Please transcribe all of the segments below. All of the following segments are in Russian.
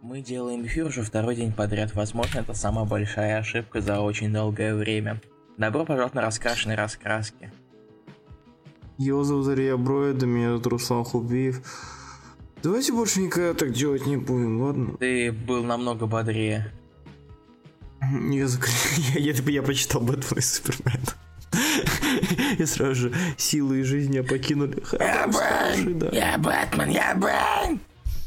Мы делаем эфир уже второй день подряд. Возможно, это самая большая ошибка за очень долгое время. Добро пожаловать на раскрашенные раскраски. Его зовут Илья Броида, меня зовут Руслан Хубиев. Давайте больше никогда так делать не будем, ладно? Ты был намного бодрее. Я почитал Бэтмена и Супермена. И сразу же силы и жизнь меня покинули. Я Бэтмен, я Бэйн!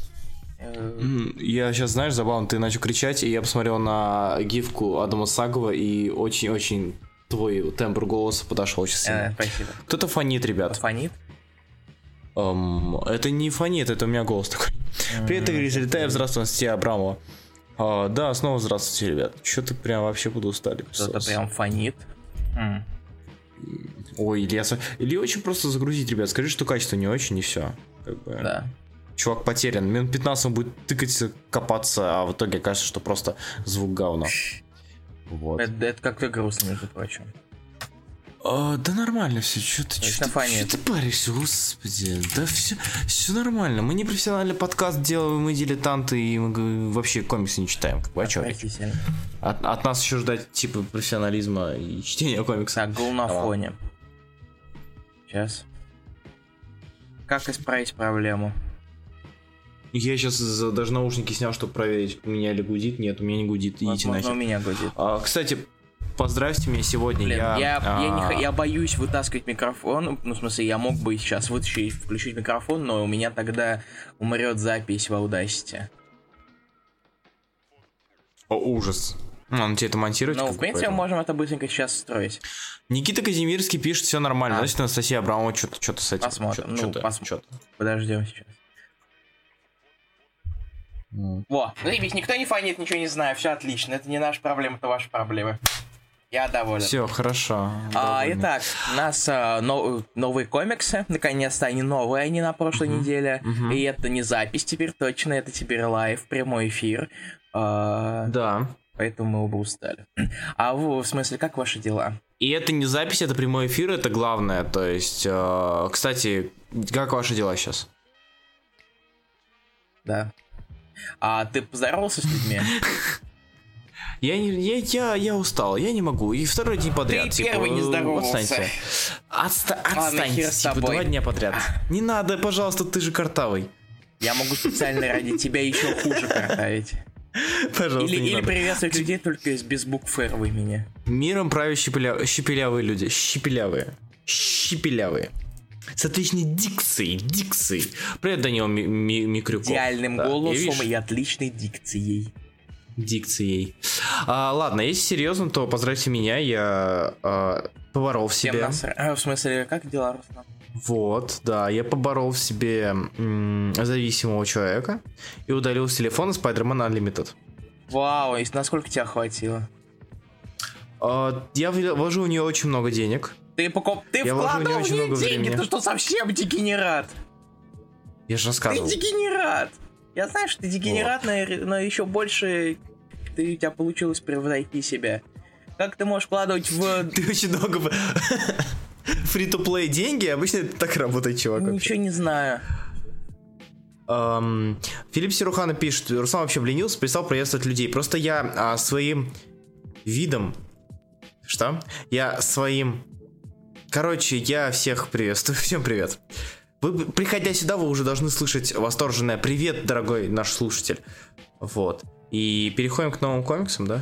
Я сейчас, знаешь, забавно, ты начал кричать, и я посмотрел на гифку Адама Сагова, и очень-очень твой тембр голоса подошел очень сильно. Спасибо. Кто-то фонит, ребят. Фонит? Это не фонит, это у меня голос такой. Привет, Игорь, залетаю, здравствуй, Анастасия Абрамова. Да, снова здравствуйте, ребят. Что-то прям вообще буду устали. Кто-то прям фонит. Ой, Илья очень просто загрузить, ребят. Скажи, что качество не очень, и все. Да. Чувак потерян. Минут 15 он будет тыкаться, копаться, а в итоге кажется, что просто звук говно. Вот. Это как-то грустно, между прочим. Да нормально все, что ты паришься, господи, да все нормально, мы не профессиональный подкаст делаем, мы дилетанты, и мы вообще комиксы не читаем, как бы, а чё? От нас еще ждать, типа, профессионализма и чтения комикса. Так, гул на фоне. Сейчас. Как исправить проблему? Я сейчас даже наушники снял, чтобы проверить, у меня ли гудит, нет, у меня не гудит, идите нахер. У меня гудит. Кстати, поздравьте меня сегодня. Блин, я боюсь вытаскивать микрофон. Ну, в смысле, я мог бы сейчас вытащить, включить микрофон, но у меня тогда умрет запись в Audacity. О, ужас. Ну, тебе это монтировать? Ну, в принципе, мы можем это быстренько сейчас строить. Никита Казимирский пишет, все нормально. Значит, Анастасия Абрамова что-то с этим. Посмотрим. Посмотрим. Подождем сейчас. Во, заебись, никто не фонит, ничего не знаю, все отлично. Это не наша проблема, это ваша проблема. Я доволен. Все, хорошо. Итак, у нас новые комиксы. Наконец-то они новые, они на прошлой неделе. И это не запись теперь точно, это теперь лайв, прямой эфир. Да. Поэтому мы оба устали. А вы, в смысле, как ваши дела? И это не запись, это прямой эфир, это главное. То есть, кстати, как ваши дела сейчас? Да. А ты поздоровался с людьми? Я устал, я не могу. И второй день подряд. Ты первый не здоровался. Отстань, типа 2 дня подряд. Не надо, пожалуйста, ты же картавый. Я могу специально ради тебя еще хуже картавить. Пожалуйста, или приветствовать людей только без букв «Р» в имени. Миром правят щепелявые люди. Щепелявые. С отличной дикцией. Привет, Данил Микрюков. Идеальным голосом и отличной дикцией. Ладно, если серьезно, то поздравьте меня, я поборол в себе. В смысле, как дела, Руслан? Вот, да, я поборол в себе зависимого человека и удалил с телефона Spider-Man Unlimited. Вау, и насколько тебя хватило? Я вложу в нее очень много денег. Ты вкладывал в нее деньги, ты что, совсем дегенерат? Я же рассказывал. Ты дегенерат! Я знаю, что ты дегенерат, но еще больше у тебя получилось превзойти себя. Как ты можешь вкладывать в... Ты очень много... Фри-то-плей деньги? Обычно это так работает, чувак. Ничего не знаю. Филипп Сирухана пишет: Руслан вообще обленился, перестал приветствовать людей. Просто я своим видом... Что? Я своим... Короче, я всех приветствую. Всем привет. Вы, приходя сюда, вы уже должны слышать восторженное «Привет, дорогой наш слушатель». Вот. И переходим к новым комиксам, да?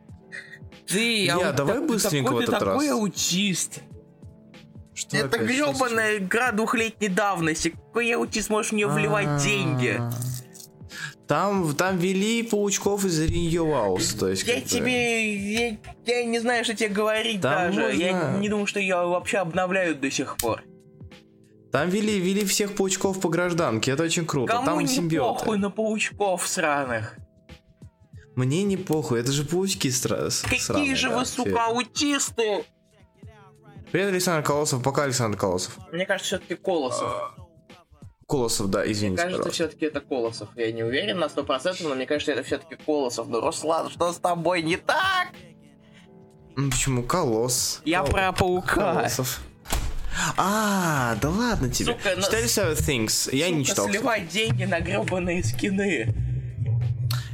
Давай быстренько в этот раз. Ты такой аутист. Что это гребаная игра 2-летней давности. Какой аутист можешь в нее вливать деньги? Там ввели паучков из Рио-Аус. Я не знаю, что тебе говорить даже. Я не думаю, что ее вообще обновляют до сих пор. Там ввели всех паучков по гражданке. Это очень круто. Кому там не симбиоты. Похуй на паучков сраных. Мне не похуй, это же паучки сраные. Какие же вы, сука, аутисты! Привет, Александр Колосов. Пока, Александр Колосов. Мне кажется, все-таки Колосов. Колосов, да, извините, мне кажется, пожалуйста. Все-таки это Колосов. Я не уверен на 100%, но мне кажется, это все-таки Колосов. Ну, Руслан, что с тобой не так? Почему? Колосс. Я про паука. Колосов. Да ладно тебе. Сука, читали Seven Things? Я не читал. Сливать деньги на гребаные скины.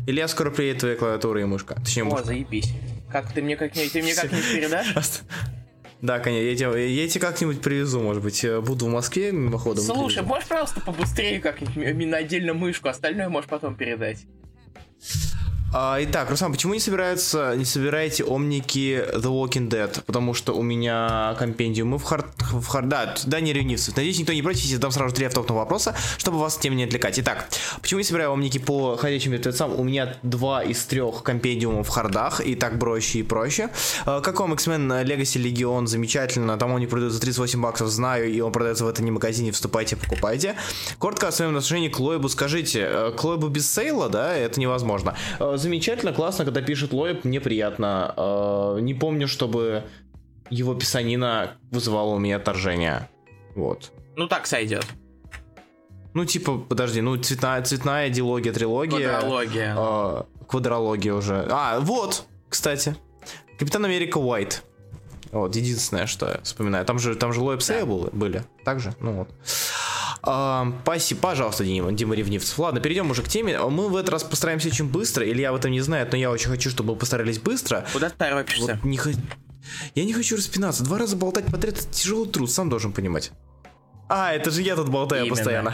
Илья, скоро приедет твоя клавиатура и мышка. Точнее, мышка. О, заебись. Как ты мне как-нибудь передашь? Да, конечно, я тебе как-нибудь привезу, может быть, буду в Москве мимоходом. Слушай, можешь, пожалуйста, побыстрее как-нибудь, именно отдельно мышку, остальное можешь потом передать. Итак, Руслан, почему не собираете омники The Walking Dead? Потому что у меня компендиумы в хард... Да, не ревнивцев. Надеюсь, никто не против, если задам сразу 3 автопных вопроса, чтобы вас тем не отвлекать. Итак, почему не собираю омники по ходячим мертвецам? У меня 2 из 3 компендиумов в хардах, и так проще и проще. Как вам X-Men Legacy Legion? Замечательно, там омник продается за 38 баксов, знаю, и он продается в этом магазине, вступайте, покупайте. Коротко о своем отношении к Лоебу скажите. К Лоебу без сейла, да, это невозможно. Замечательно, классно, когда пишет Лоеб, мне приятно. Не помню, чтобы его писанина вызывала у меня отторжение. Вот. Ну так сойдет. Ну типа, подожди, ну цветная дилогия, трилогия. Квадрология уже. Вот, кстати. Капитан Америка Уайт. Вот, единственное, что я вспоминаю. Там же Лоеб Сейл были. Так же? Ну вот. Спасибо, пожалуйста, Дима Ревнивцев. Ладно, перейдем уже к теме. Мы в этот раз постараемся очень быстро. Илья об этом не знает, но я очень хочу, чтобы вы постарались быстро. Куда ты торопишься? Вот я не хочу распинаться. 2 раза болтать подряд — это тяжелый труд, сам должен понимать. Это же я тут болтаю именно. Постоянно.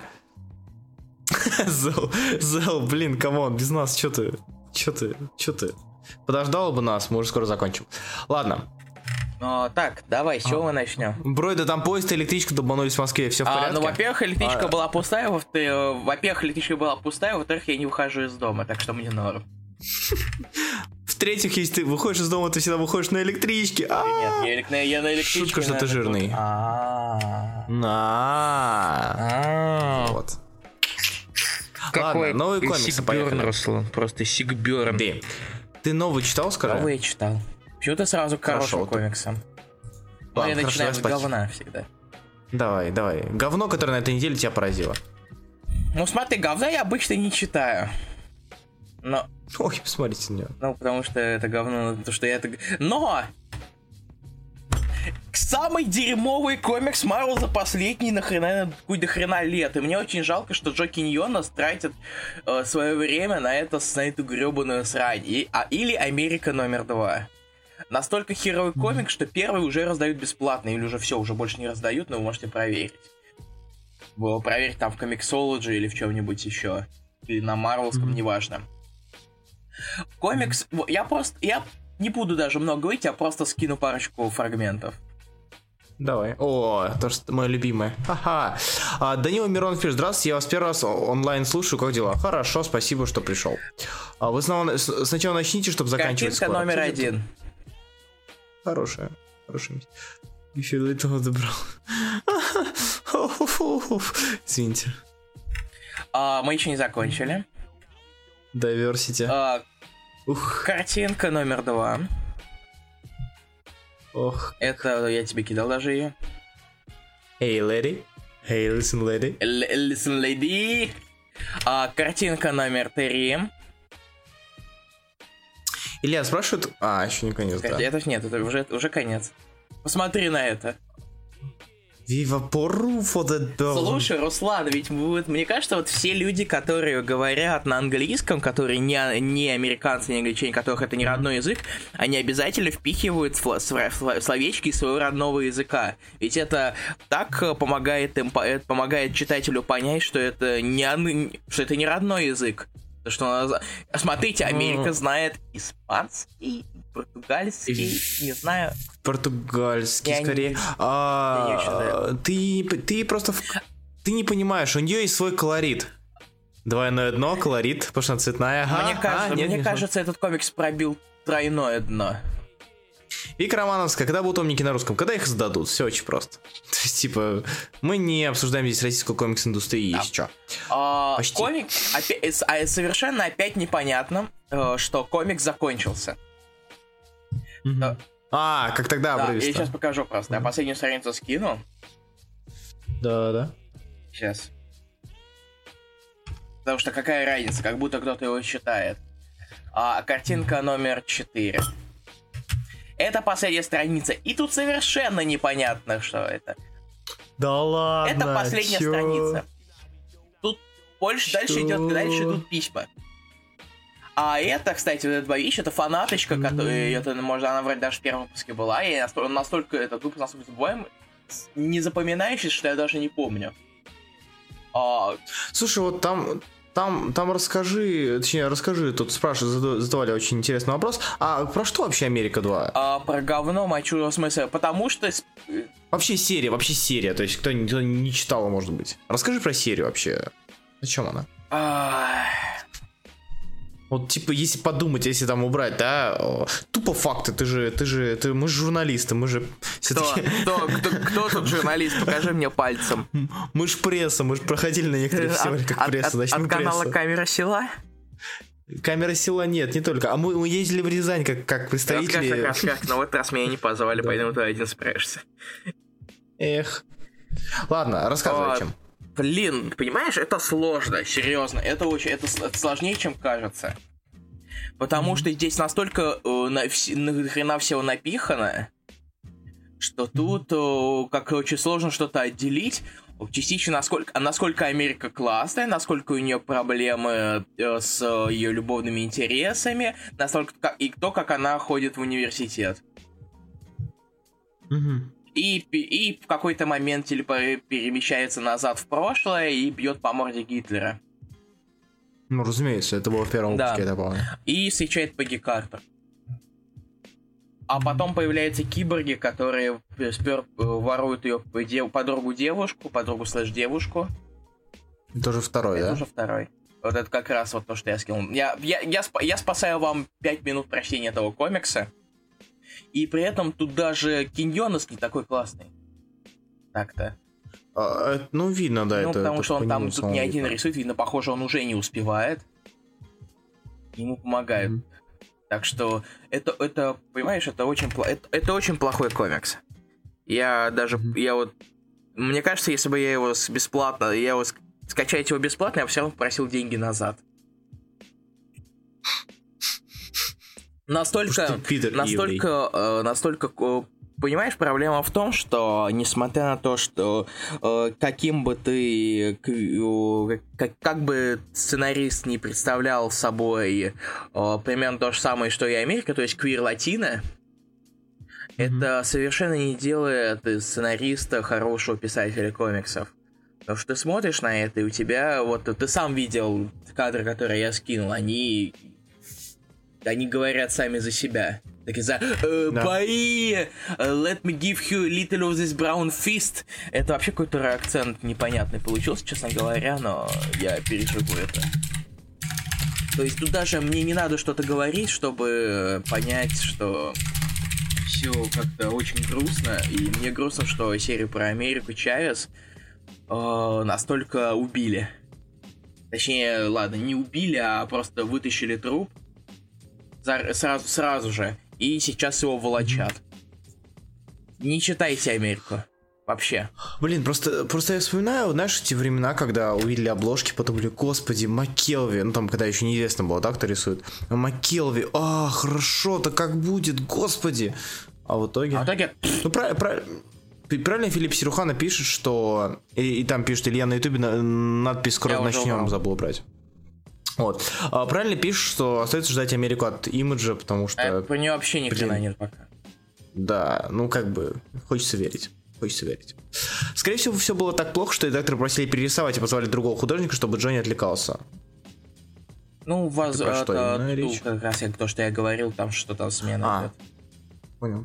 Зел, блин, камон, без нас, чё ты? Подождал бы нас, мы уже скоро закончим. Ладно. Так, давай, с чего мы начнем? Брой, да там поезд и электричка долбанулись в Москве, все в порядке? Ну, во-первых, электричка была пустая, во-вторых, я не выхожу из дома, так что мне норм. В-третьих, если ты выходишь из дома, ты всегда выходишь на электричке. Нет, я на электричке. Шутка, что ты жирный. Вот. Какой новый комикс, поехали. Руслан, просто сикберн. Ты новый читал, скажи? Новый я читал. Почему-то сразу к хорошим комиксам. Я начинаю с говна всегда. Давай. Говно, которое на этой неделе тебя поразило. Ну смотри, говна я обычно не читаю. Но... Ой, посмотрите на него. Ну, потому что это говно, потому что я это... Но! Самый дерьмовый комикс Марвел за последние до хрена лет. И мне очень жалко, что Джо Киньонос тратит свое время на эту гребаную срань. Или Америка номер 2. Настолько херовый комик, что первый уже раздают бесплатно. Или уже все, уже больше не раздают, но вы можете проверить. Проверить там в Comixology или в чем-нибудь еще. Или на Марвелском, неважно. Комикс... Я не буду даже много говорить, я просто скину парочку фрагментов. Давай. То, что мое любимое. Ха-ха. Данила Миронов пишет: здравствуйте, я вас первый раз онлайн слушаю, как дела? Хорошо, спасибо, что пришел. Вы сначала начните, чтобы заканчивать скоро. Картинка номер 1. Хорошая. Еще этого добрал. Извините. Мы еще не закончили. Diversity. Картинка номер 2. Это я тебе кидал даже ее. Hey, lady. Hey, listen, lady. Listen, lady. Картинка номер 3. Илья спрашивает... еще не конец, да. Это нет, это уже конец. Посмотри на это. Viva Poru for that bird. Слушай, Руслан, ведь мне кажется, все люди, которые говорят на английском, которые не американцы, не англичане, которых это не родной язык, они обязательно впихивают словечки из своего родного языка. Ведь это так помогает читателю понять, что это не родной язык. Смотрите, Америка знает испанский, португальский, не знаю. Португальский, скорее. Ты просто... Ты не понимаешь, у нее есть свой колорит. Двойное дно, колорит, потому что она цветная. Мне кажется, этот комикс пробил тройное дно. Вика Романовская, когда будут омники на русском? Когда их сдадут? Все очень просто. То есть, типа, мы не обсуждаем здесь российскую комикс-индустрию, есть что. Почти. Комикс, совершенно опять непонятно, что комикс закончился. Как тогда обрывисто. Я сейчас покажу просто. Я последнюю страницу скину. Да. Сейчас. Потому что какая разница, как будто кто-то его читает. Картинка номер 4. Это последняя страница. И тут совершенно непонятно, что это. Да ладно. Это последняя страница. Тут дальше идут письма. А это, кстати, вот эта боевич, это фанаточка, которая, это, может, она вроде даже в первом выпуске была, и настолько этот выпуск настолько забываем, не запоминающийся, что я даже не помню. Слушай, вот там расскажи, тут спрашивают, задавали очень интересный вопрос. А про что вообще Америка 2? Про говно, мочу, в смысле, потому что... Вообще серия, то есть кто не читал, может быть. Расскажи про серию вообще. О чем она? Вот, типа, если подумать, если там убрать, да, тупо факты, мы же журналисты, мы же все-таки... Кто тут журналист? Покажи мне пальцем. Мы же пресса, мы же проходили на некоторых фестивалях как пресса, значит мы пресса. От канала «Камера села»? Камера села нет, не только. А мы ездили в Рязань как представители... Расскажи, но в этот раз меня не позвали, поэтому ты один справишься. Эх. Ладно, рассказывай, о чем. Блин, понимаешь, это сложно, серьезно. Это сложнее, чем кажется. Потому что здесь настолько нахрена всего напихано, что тут как очень сложно что-то отделить. Частично насколько Америка классная, насколько у нее проблемы с ее любовными интересами, настолько и как она ходит в университет. И в какой-то момент перемещается назад в прошлое и бьет по морде Гитлера. Ну, разумеется, это было в первом выпуске, это помню. И встречает Пегги Картер. А потом появляются киборги, которые воруют ее подругу/девушку. Это уже второй, да? Это уже второй. Вот это как раз вот то, что я скинул. Я спасаю вам 5 минут прочтения этого комикса. И при этом тут даже Киньонес не такой классный. Так-то. Ну, видно, да. Ну, это потому что он там тут не один видно. рисует. Видно, похоже, он уже не успевает. Ему помогают. Так что это понимаешь, это очень плохой комикс. Мне кажется, если бы я его скачать его бесплатно, я бы все равно попросил деньги назад. Настолько, понимаешь, проблема в том, что, несмотря на то, что каким бы ты, как бы сценарист не представлял собой примерно то же самое, что и Америка, то есть квир-латино, это совершенно не делает из сценариста хорошего писателя комиксов. Потому что ты смотришь на это, и у тебя, вот ты сам видел кадры, которые я скинул, они говорят сами за себя. Такие бои! Let me give you a little of this brown fist. Это вообще какой-то акцент непонятный получился, честно говоря, но я переживу это. То есть тут даже мне не надо что-то говорить, чтобы понять, что все как-то очень грустно. И мне грустно, что серию про Америку Чавес настолько убили. Точнее, ладно, не убили, а просто вытащили труп сразу же. И сейчас его волочат. Не читайте Америку. Вообще. Блин, просто я вспоминаю, знаешь, эти времена, когда увидели обложки, потом были, господи, МакКелви, ну там, когда еще неизвестно было, да, кто рисует. МакКелви, хорошо-то как будет, господи. А в итоге... Ну, правильно Филипп Сирухана пишет, что... И там пишет Илья на ютубе надпись «Скоро начнем», забыл брать. Вот. Правильно пишет, что остается ждать Америку от Имиджа, потому что... Про нее вообще ни хрена нет пока. Да, ну как бы, хочется верить. Скорее всего, все было так плохо, что редакторы просили перерисовать и позвали другого художника, чтобы Джонни отвлекался. Ну, это речь? Как раз то, что я говорил, там что-то смена идет. Понял.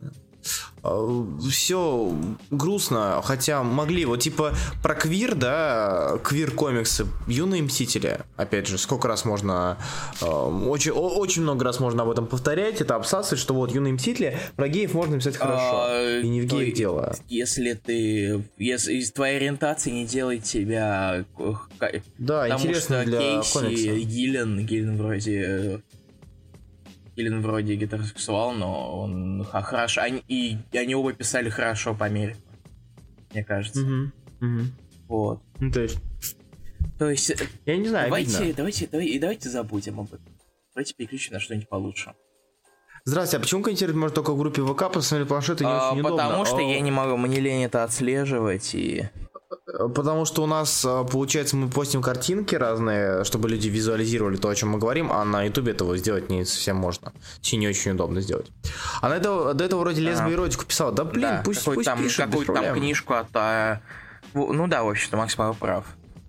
Все грустно, хотя могли, вот типа про квир, да, квир-комиксы, Юные Мстители, опять же, сколько раз можно, очень много раз можно об этом повторять, это абсасывать, что вот Юные Мстители, про геев можно писать хорошо, и не в геях дело. Если из твоей ориентации не делает тебя... Да, интересно для Кейси, комикса. Гиллен вроде гетеросексуал, но он хорошо. И они оба писали хорошо по Америке, мне кажется. Вот. Ну, то есть, я не знаю, давайте забудем об этом. Давайте переключим на что-нибудь получше. Здравствуйте, а почему комментировать можно только в группе ВК, посмотреть планшет и не очень удобно? Потому что я не могу, мне лень это отслеживать и... Потому что у нас, получается, мы постим картинки разные, чтобы люди визуализировали то, о чем мы говорим, а на ютубе этого сделать не совсем можно. Не очень удобно сделать. А до этого вроде лесбо эротику писал. Да блин, да, пусть пишет, какую-то там книжку от... Ну да, в общем-то, Макс Павел прав.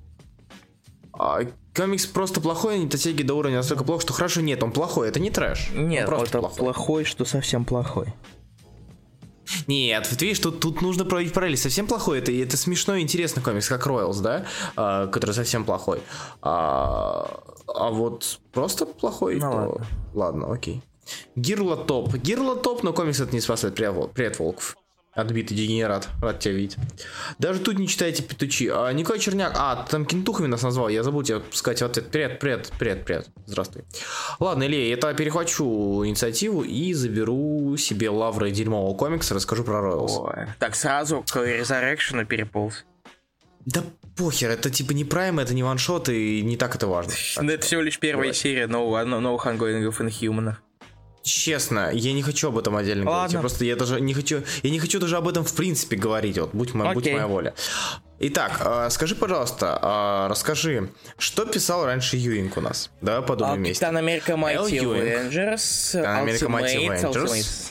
Комикс просто плохой, не дотягивает до уровня настолько плохо, что хорошо. Нет, он плохой, это не трэш. Нет, это плохой, что совсем плохой. Нет, вот видишь, тут нужно проводить параллели. Совсем плохой, это смешной и интересный комикс, как Royals, да, который совсем плохой. А вот просто плохой, ну, то... Ладно, окей. Гирло топ, но комикс это не спасает. Привет, Волков. Отбитый дегенерат, рад тебя видеть. Даже тут не читайте петучи. Николай Черняк, ты там кентухами нас назвал, я забыл тебе сказать в ответ. Привет, здравствуй. Ладно, Илья, я тогда перехвачу инициативу и заберу себе лавры дерьмового комикса, расскажу про Royals. Так сразу к Resurrection переполз. Да похер, это типа не прайм, это не ваншот, и не так это важно. Ну это всего лишь первая серия новых ангоингов Inhuman'ов. Честно, я не хочу об этом отдельно говорить. Я даже не хочу даже об этом в принципе говорить. Вот, будь моя воля. Итак, скажи, пожалуйста, расскажи, что писал раньше Юинг у нас? Давай подумаем вместе. Капитан Америка Mighty Avengers, Ultimate,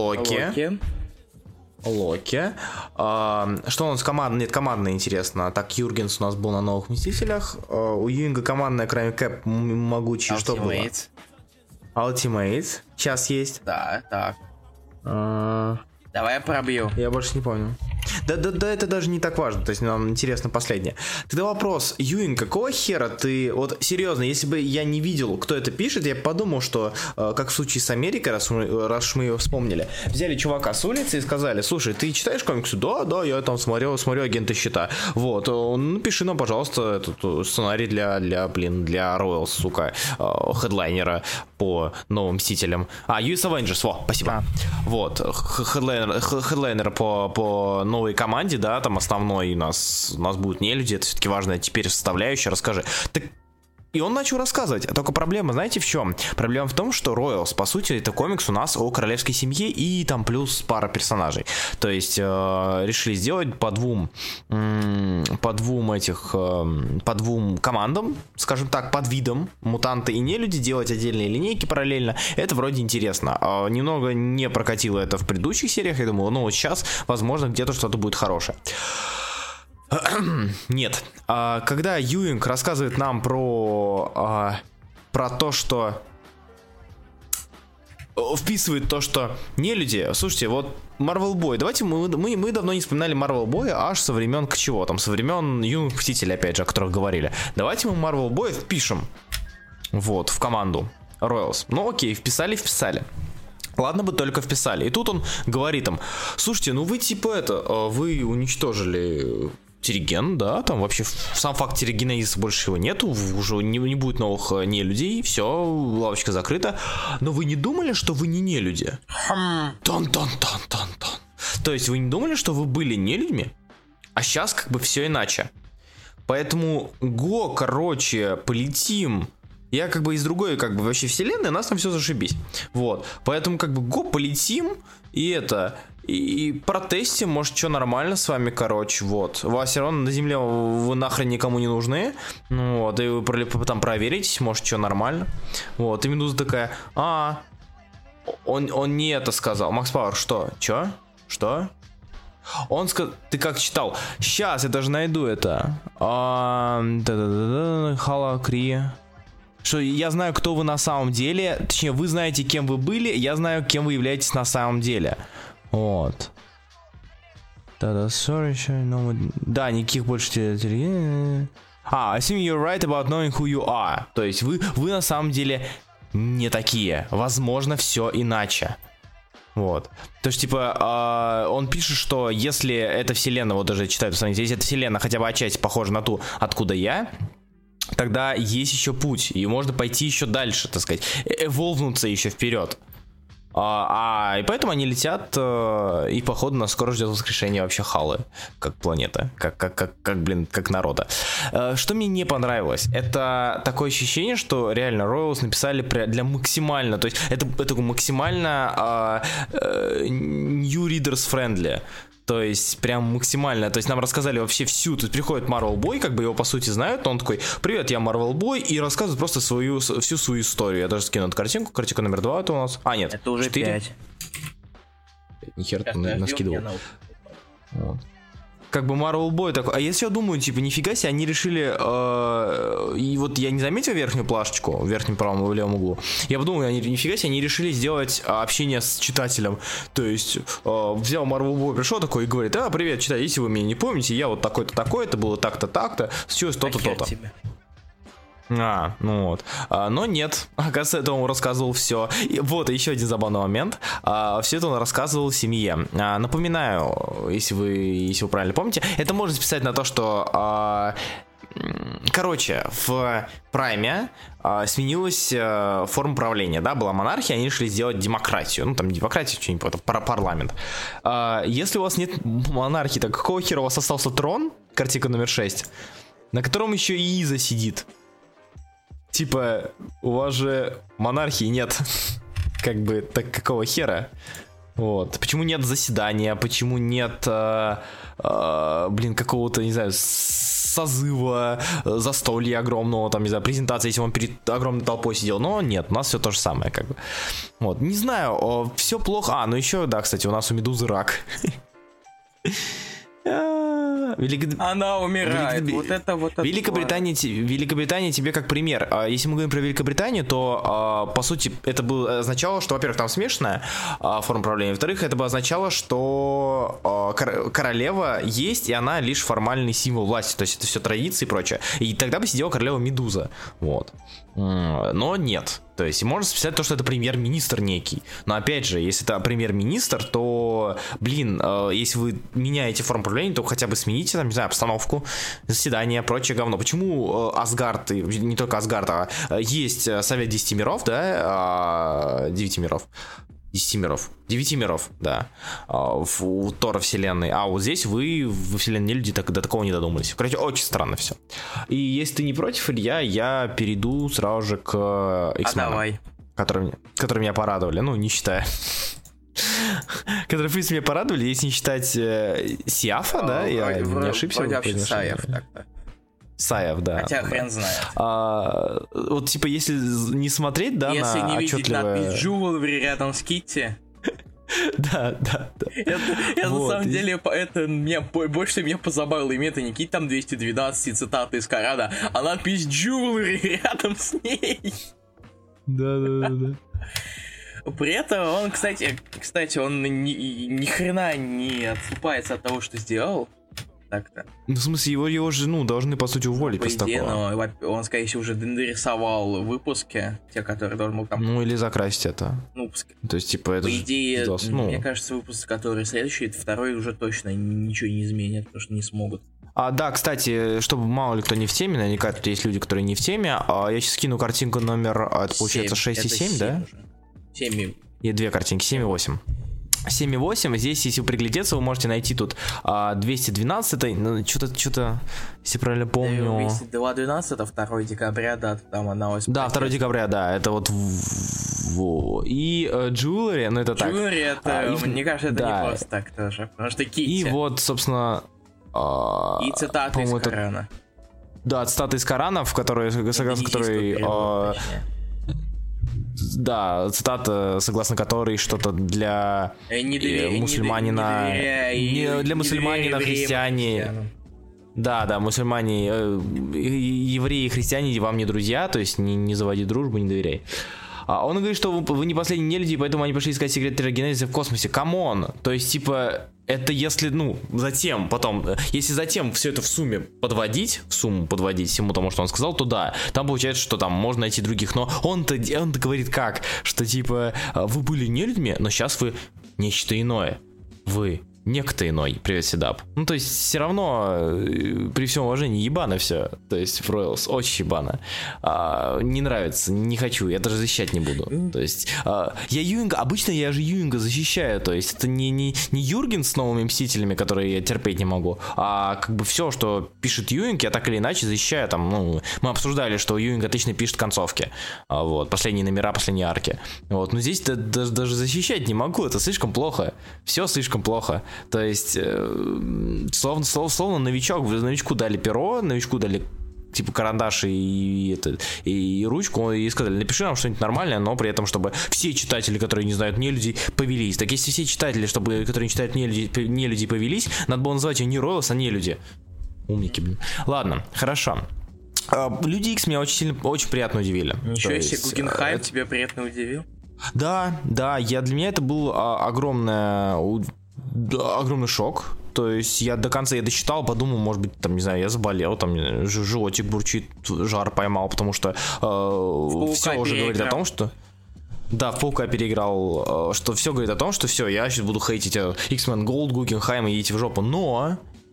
Локи. Что у нас командное интересно. Так, Юргенс у нас был на Новых Мстителях. У Юинга командная, кроме Кэп, могучий, что было? Ultimate. Сейчас есть. Да, так. Давай я пробью. Я больше не помню. Да, это даже не так важно. То есть нам интересно последнее. Тогда вопрос. Юинг, какого хера ты... Вот серьезно, если бы я не видел, кто это пишет, я подумал, что, как в случае с Америкой, раз мы ее вспомнили, взяли чувака с улицы и сказали: слушай, ты читаешь комиксы? Да, я там смотрю Агенты Щита. Вот, напиши нам, пожалуйста, этот сценарий для Royals, сука, хедлайнера по Новым Мстителям. US Avengers, спасибо. Вот, хедлайнер по новой команде, да, там основной у нас будут не люди, это все-таки важная теперь составляющая, расскажи. Так, и он начал рассказывать. Только проблема, знаете, в чем? Проблема в том, что Royals, по сути, это комикс у нас о королевской семье и там плюс пара персонажей. То есть решили сделать по двум командам, скажем так, под видом мутанты и нелюди, делать отдельные линейки параллельно. Это вроде интересно. Немного не прокатило это в предыдущих сериях. Я думаю, вот сейчас, возможно, где-то что-то будет хорошее. Нет. Когда Юинг рассказывает нам про то, что вписывает то, что не люди. Слушайте, вот Marvel Boy. Давайте мы давно не вспоминали Marvel Boy аж со времен чего? Там со времен Юных Мстителей, опять же, о которых говорили. Давайте мы Marvel Boy впишем. Вот, в команду Royals. Ну окей, вписали. Ладно бы только вписали. И тут он говорит им: слушайте, ну вы типа вы уничтожили Терриген, да, там вообще сам факт терригенезиса больше его нету, уже не будет новых нелюдей, все, лавочка закрыта. Но вы не думали, что вы не нелюди? Тон. То есть вы не думали, что вы были нелюдьми? А сейчас как бы все иначе. Поэтому полетим. Я как бы из другой, как бы вообще вселенной, у нас там все зашибись. Вот. Поэтому как бы полетим и протестим, может, что нормально с вами, вот. Вас все равно на земле вы нахрен никому не нужны. Вот, и вы там проверитесь, может, что нормально. Вот, и Медуза такая: он не это сказал. Макс Пауэр, что? Чё? Что? Он сказал, ты как читал? Сейчас, я даже найду это. Хала Кри. Что я знаю, кто вы на самом деле. Точнее, вы знаете, кем вы были. Я знаю, кем вы являетесь на самом деле. Вот. Да, никаких больше... I assume you're right about knowing who you are. То есть вы на самом деле не такие. Возможно, все иначе. Вот. То есть, типа, он пишет, что если эта вселенная, вот даже читаю, если эта вселенная хотя бы отчасти похожа на ту, откуда я, тогда есть еще путь, и можно пойти еще дальше, так сказать, эволвнуться еще вперед. И поэтому они летят, и походу нас скоро ждет воскрешение вообще Халы, как планета, как народа. Что мне не понравилось, это такое ощущение, что реально Royals написали для максимально, то есть это максимально new readers friendly. То есть, прям максимально. То есть, нам рассказали вообще всю. Тут приходит Marvel Boy, как бы его по сути знают, но он такой: привет, я Marvel Boy, и рассказывает просто всю свою историю. Я даже скину эту картинку. Картинка номер 2 это у нас. А, нет. Это уже 4. 5. Нихер ты наскидывал. Вот. Как бы Marvel Boy такой. А если я думаю, типа, нифига себе, они решили. И вот я не заметил верхнюю плашечку в верхнем правом и левом углу. Я подумал, нифига себе, они решили сделать общение с читателем. То есть взял Marvel Boy, пришел такой и говорит: привет, читатель, если вы меня не помните, я вот такой-то, такой-то, было так-то, так-то, все, то-то, то-то. Ну вот. Но нет, оказывается, это он рассказывал все. И вот еще один забавный момент. Все это он рассказывал семье. Напоминаю, если вы правильно помните, это можно списать на то, что короче, в Прайме сменилась форма правления, да, была монархия, они решили сделать демократию. Ну, там демократия, что-нибудь, парламент. Если у вас нет монархии, так какого хера у вас остался трон, картинка номер 6, на котором еще и Иза сидит? Типа, у вас же монархии нет. Как бы, так какого хера? Вот. Почему нет заседания? Почему нет, какого-то, не знаю, созыва, застолья огромного, там, не знаю, презентации, если он перед огромной толпой сидел? Но нет, у нас все то же самое, как бы. Вот. Не знаю, все плохо. Ну еще, да, кстати, у нас у Медузы рак. Она умирает. Великобритания тебе как пример. Если мы говорим про Великобританию, то по сути это означало, что, во-первых, там смешанная форма правления, во-вторых, это бы означало, что королева есть, и она лишь формальный символ власти, то есть это все традиции и прочее. И тогда бы сидела королева Медуза. Вот. Но нет. То есть можно списать то, что это премьер-министр некий. Но опять же, если это премьер-министр, то, если вы меняете форму правления, то хотя бы смените, там, не знаю, обстановку, заседание, прочее говно. Почему Асгард, и не только Асгард, а есть Совет 10 миров, да, 9 миров. 10 миров. 9 миров, да. У Тора вселенной. А вот здесь вы во вселенной люди до такого не додумались. Короче, очень странно все. И если ты не против, Илья, я перейду сразу же к X-Men, которые меня порадовали. Ну, не считая. Которые, в принципе, меня порадовали, если не считать Сиафа, да? Я не ошибся. Саяф так-то. Саев, да. Хотя хрен знает. Вот, типа, если не смотреть, да, если на не видеть отчетливое... надпись Jewelry рядом с Китти. Да. Я на самом деле, это меня больше меня позабавило. И это не Китти там 212 цитаты из Корана, а надпись Jewelry рядом с ней. Да. При этом он, кстати, он ни хрена не отступается от того, что сделал. Так-то. Ну, в смысле, его же, должны, по сути, уволить после такого. Но он, скорее всего, уже дорисовал выпуски, те, которые должен был там... Ну, или закрасить это. То есть, типа, это по идее, мне кажется, выпуски, которые следующие, второй уже точно ничего не изменят, потому что не смогут. Да, кстати, чтобы мало ли кто не в теме, наверняка тут есть люди, которые не в теме, я сейчас скину картинку номер, это получается 6 и 7, да? 7. И две картинки, 7 и 8. 7.8, здесь, если приглядеться, вы можете найти тут 212, ну, что-то, если правильно помню... 212, это 2 декабря, да, там она... Да, 2 декабря, да, это вот... И Jewelry, ну это так. Jewelry, это, мне кажется, это не просто так тоже, потому что Китти. И вот, собственно... И цитаты из Корана. Да, цитаты из Корана, согласно которой... Да, цитата, согласно которой что-то для мусульманина, для мусульманина, христиане. Да, мусульмане, евреи и христиане вам не друзья, то есть не заводи дружбу, не доверяй. Он говорит, что вы не последние нелюди, поэтому они пошли искать секрет террогенезиса в космосе. Камон! То есть, типа, это если, если затем все это в сумму подводить всему тому, что он сказал, то да, там получается, что там можно найти других. Но он-то говорит как? Что, типа, вы были нелюдьми, но сейчас вы нечто иное. Вы некто иной. Привет, Седап. Ну, то есть, все равно, при всем уважении, ебано все. То есть, Royals очень ебано. Не нравится, не хочу, я даже защищать не буду. То есть, обычно я же Юинга защищаю. То есть, это не Юрген с новыми Мстителями, которые я терпеть не могу, а как бы все, что пишет Юинг, я так или иначе защищаю. Там, мы обсуждали, что Юинг отлично пишет концовки. Вот, последние номера, последние арки. Вот, но здесь даже защищать не могу, это слишком плохо. Все слишком плохо. То есть, словно новичку дали перо, новичку дали типа карандаш и ручку, и сказали, напиши нам что-нибудь нормальное, но при этом, чтобы все читатели, которые не знают нелюдей, повелись. Так если все читатели, которые не читают нелюдей, повелись, надо было называть ее не Ройлс, а нелюди. Умники, блин. Ладно, хорошо. Люди Икс меня очень приятно удивили. Ничего себе, Гугенхайм тебя приятно удивил? Да, для меня это был огромный шок. То есть я до конца дочитал, подумал, может быть, там, не знаю, я заболел, там, животик бурчит, жар поймал, потому что все уже говорит о том, что... Да, в Паука переиграл, что все говорит о том, что все, я сейчас буду хейтить X-Men Gold, Гугенхайм и идти в жопу, но...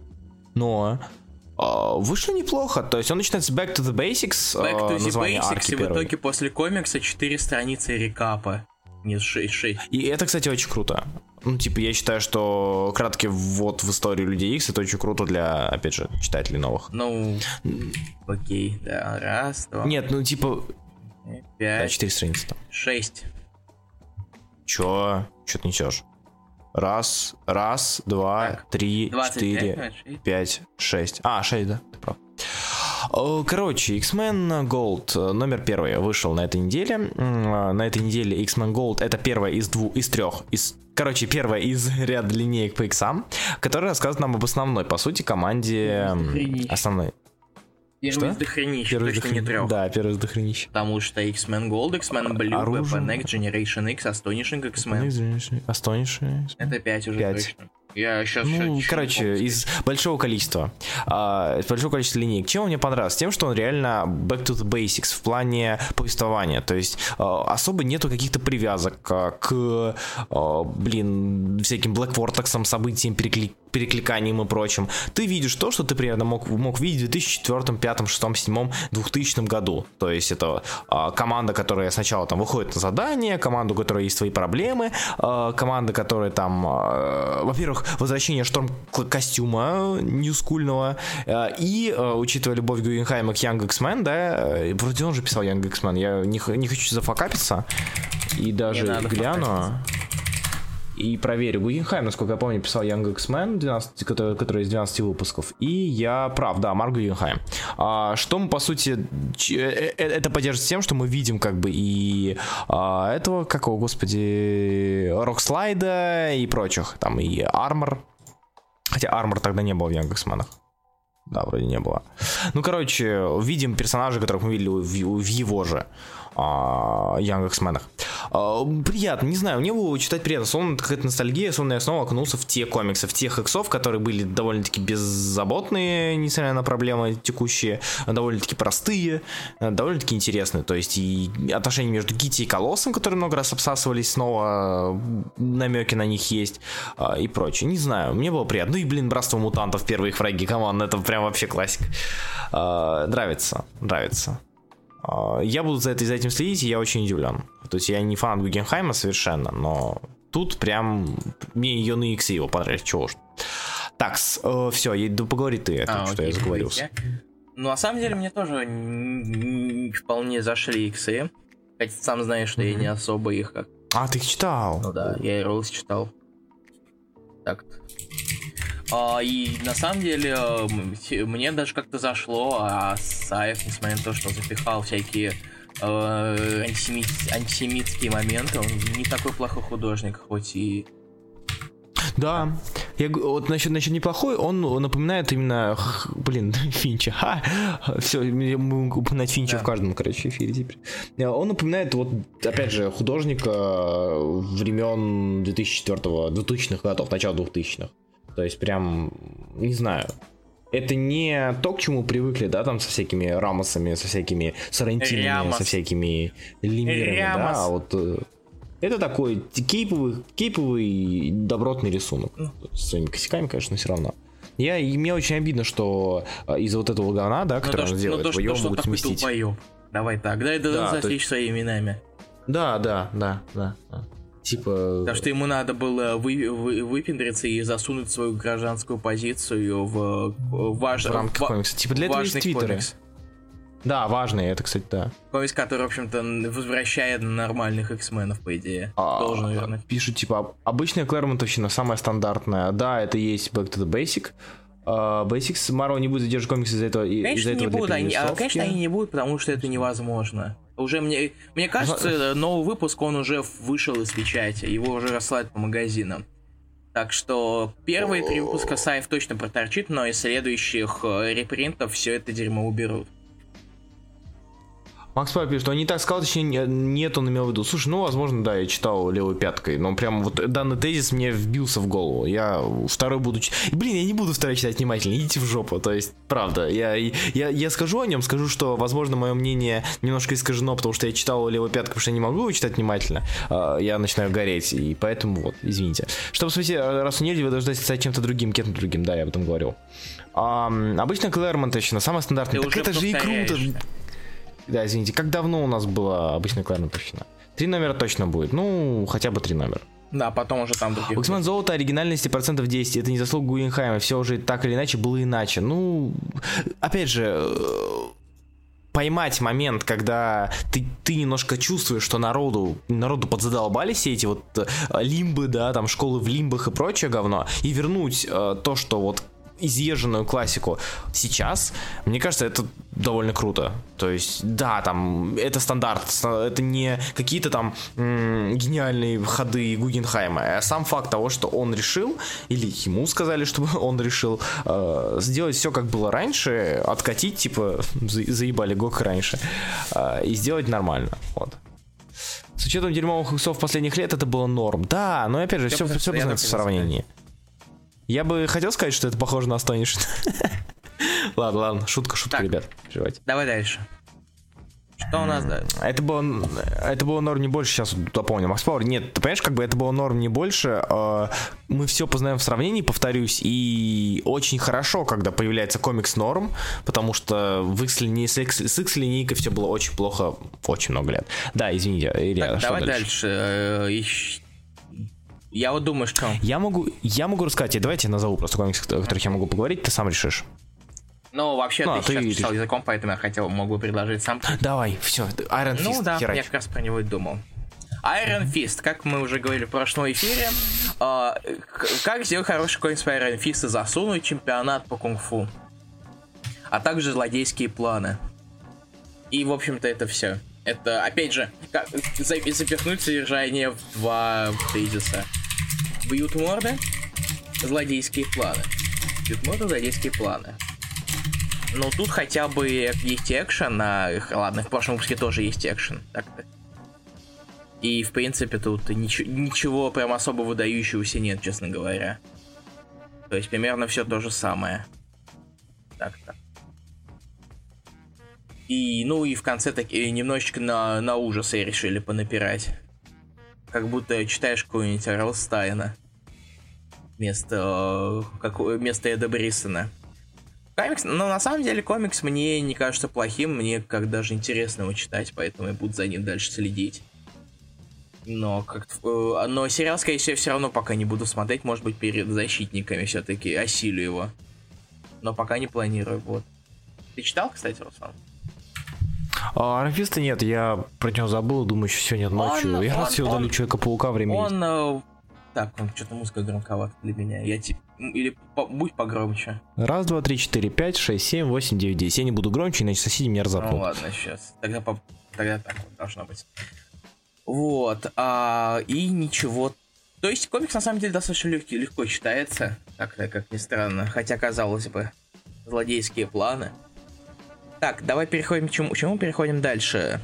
вышло неплохо, то есть он начинается Back to the Basics, название арки и в первой. итоге после комикса 4 страницы рекапа. Нет, 6. И это, кстати, очень круто. Ну, типа, я считаю, что краткий ввод в историю Людей Икс — это очень круто для, опять же, читателей новых. Ну, окей, да, раз, два. Нет, ну, типа... 5. Да, 4 страницы там. 6. Чё ты несешь? Раз, два, так, 3, 4, 5, 6. 6, да, ты прав. Короче, X-Men Gold номер 1 вышел на этой неделе. На этой неделе X-Men Gold — это первая из трех. Первая из ряда линеек по иксам, которая рассказывает нам об основной, по сути, команде основной. Первый из дохренища, точно не 3. Да, первый из дохренища. Потому что X-Men Gold, X-Men Blue, Weapon X, Generation X, Astonishing X-Men. Astonishing. Это 5 уже 5. Точно. Я сейчас из большого количества линеек. Чем он мне понравился? Тем, что он реально back to the basics в плане повествования. То есть особо нету каких-то привязок к всяким Black Vortex'ам, событиям, перекликанием и прочим. Ты видишь то, что ты примерно мог видеть в 2004, 2005, 2006, 2007, 2000 году. То есть это команда, которая сначала там выходит на задание, команда, у которой есть свои проблемы, команда, которая там, во-первых, возвращение шторм-костюма ньюскульного, и, учитывая любовь Гугенхайма к Young X-Men, да, вроде он же писал Young X-Men, я не хочу зафакапиться, и даже гляну... И проверю. Гугенхайм, насколько я помню, писал Young X-Men, который из 12 выпусков. И я прав, да, Марк Гугенхайм. Что мы, по сути, это поддерживает тем, что мы видим как бы и этого, какого, господи, Рокслайда и прочих. Там и Армор. Хотя Армор тогда не был в Young X-Men. Да, вроде не было. Ну, короче, видим персонажей, которых мы видели в его же Young X-Men. Приятно, не знаю, мне было читать приятно. Словно какая-то ностальгия, словно я снова окунулся в те комиксы, в тех иксов, которые были довольно-таки беззаботные, несмотря на проблемы текущие, довольно-таки простые, довольно-таки интересные. То есть и отношения между Гитти и Колоссом, которые много раз обсасывались, снова намеки на них есть, и прочее. Не знаю, мне было приятно. Ну и, Братство мутантов, первые их враги, камон, это прям вообще классик. Нравится. Я буду за этим следить, и я очень удивлен. То есть я не фанат Гугенхайма совершенно, но тут прям мне Юный Икс его понравились, чего уж. Так, все, поговори ты, что я заговорился. Ну, на самом деле, мне тоже вполне зашли иксы. Хотя сам знаешь, что я не особо их как... ты их читал? Ну да, я и Роллс читал. Так-то. И на самом деле мне даже как-то зашло, Саев, несмотря на то, что запихал всякие антисемитские моменты, он не такой плохой художник, хоть и... Да, вот насчет неплохой, он напоминает именно, Финча. Все, мы упоминать Финча в каждом, эфире теперь. Он напоминает, вот, опять же, художника времен 2000-х годов, начала 2000-х. То есть прям, не знаю, это не то, к чему привыкли, да, там со всякими Рамосами, со всякими Сарантинами, со всякими Лемирами, да, а вот это такой кейповый добротный рисунок. С своими косяками, конечно, но все равно. И мне очень обидно, что из-за вот этого говна, да, который он делает, его могут сместить. Давай так, дай засечь своими именами. Да. Типа... Потому что ему надо было выпендриться и засунуть свою гражданскую позицию в рамки комикса. Типа для этого есть твиттеры. Да, важный, это, кстати, да. Комикс, который, в общем-то, возвращает нормальных X-менов, по идее. Должен, наверное. Пишут, типа, обычная Клэрмонтовщина, самая стандартная. Да, это есть Back to the Basic. Basics, Marvel не будет задерживать комиксы из-за этого. Конечно, не будут, конечно, они не будут, потому что это невозможно. Уже мне кажется, новый выпуск, он уже вышел из печати, его уже рассылают по магазинам. Так что первые 3 выпуска Сайф точно проторчит, но из следующих репринтов все это дерьмо уберут. Макс Папа пишет, что он не так сказал, точнее, нет, он имел в виду. Слушай, ну, возможно, да, я читал левой пяткой, но прям вот данный тезис мне вбился в голову. Я второй буду читать. Блин, я не буду второй читать внимательно, идите в жопу. То есть, правда, я скажу о нем, скажу, что, возможно, мое мнение немножко искажено, потому что я читал левой пяткой, потому что я не могу его читать внимательно. Я начинаю гореть, и поэтому вот, извините. Чтобы, в смысле, раз в неделю вы должны стать чем-то другим, кем-то другим, да, я об этом говорил. Обычно Клэрмонтовщина, самая стандартная. Так это же и круто. Да, извините, как давно у нас была обычная Клэрмонтовщина? 3 номера точно будет, ну, хотя бы 3 номера. Да, потом уже там других. X-Men Золото, оригинальности процентов 10, это не заслуга Гугенхайма, все уже так или иначе было иначе. Ну, опять же, поймать момент, когда ты немножко чувствуешь, что народу подзадолбали все эти вот лимбы, да, там школы в лимбах и прочее говно, и вернуть то, что вот изъезженную классику сейчас, мне кажется, это довольно круто. То есть, да, там, это стандарт, это не какие-то там гениальные ходы Гугенхайма, а сам факт того, что он решил, или ему сказали, чтобы он решил сделать все, как было раньше, откатить, типа, заебали Гок раньше, и сделать нормально, вот. С учетом дерьмовых иксов последних лет это было норм. Да, но опять же, все познается в сравнении. Я бы хотел сказать, что это похоже на Astonishing. Ладно, шутка, так, ребят, переживайте. Давай дальше. Что у нас дальше? Это было норм не больше, сейчас дополню. Макс Пауэр, нет, ты понимаешь, как бы это было норм не больше. Мы все познаем в сравнении, повторюсь, и очень хорошо, когда появляется комикс норм, потому что с X-линейкой все было очень плохо очень много лет. Да, извините, Илья, так, давай дальше. Я вот думаю, что... Я могу рассказать, давайте я назову просто комиксы, о которых я могу поговорить, ты сам решишь. Ну, вообще, ты сейчас читал языком, поэтому я могу предложить сам. Давай, все, Iron Fist, ну да, херач. Я как раз про него и думал. Iron Fist, как мы уже говорили в прошлом эфире, как сделать хороший комикс по Iron Fist и засунуть чемпионат по кунг-фу, а также злодейские планы. И, в общем-то, это все. Это, опять же, запихнуть содержание в 2 тезиса. Бьют морды, злодейские планы. Бьют морды, злодейские планы. Ну, тут хотя бы есть экшен, ладно, в прошлом выпуске тоже есть экшен. Так-то. И, в принципе, тут ничего прям особо выдающегося нет, честно говоря. То есть, примерно все то же самое. Так-то. И, ну, и в конце немножечко на ужасы решили понапирать. Как будто читаешь какого-нибудь Ролстайна вместо Эда Брисона. Комикс, но на самом деле комикс мне не кажется плохим, мне как даже интересно его читать, поэтому я буду за ним дальше следить. Но сериал, скорее всего, все равно пока не буду смотреть, может быть, перед защитниками все-таки осилю его. Но пока не планирую, вот. Ты читал, кстати, Руслан? Рафиста нет, я про него забыл, думаю, еще сегодня ночью. Я раз все удалю Человека-паука, время есть. Так, что-то музыка громковата для меня. Или будь погромче. 1, 2, 3, 4, 5, 6, 7, 8, 9, 10. Я не буду громче, иначе соседи меня разопнут. Ну ладно, сейчас. Тогда так вот должно быть. Вот. И ничего. То есть комикс на самом деле достаточно легко читается. Как ни странно. Хотя, казалось бы, злодейские планы. Так, давай переходим к чему переходим дальше.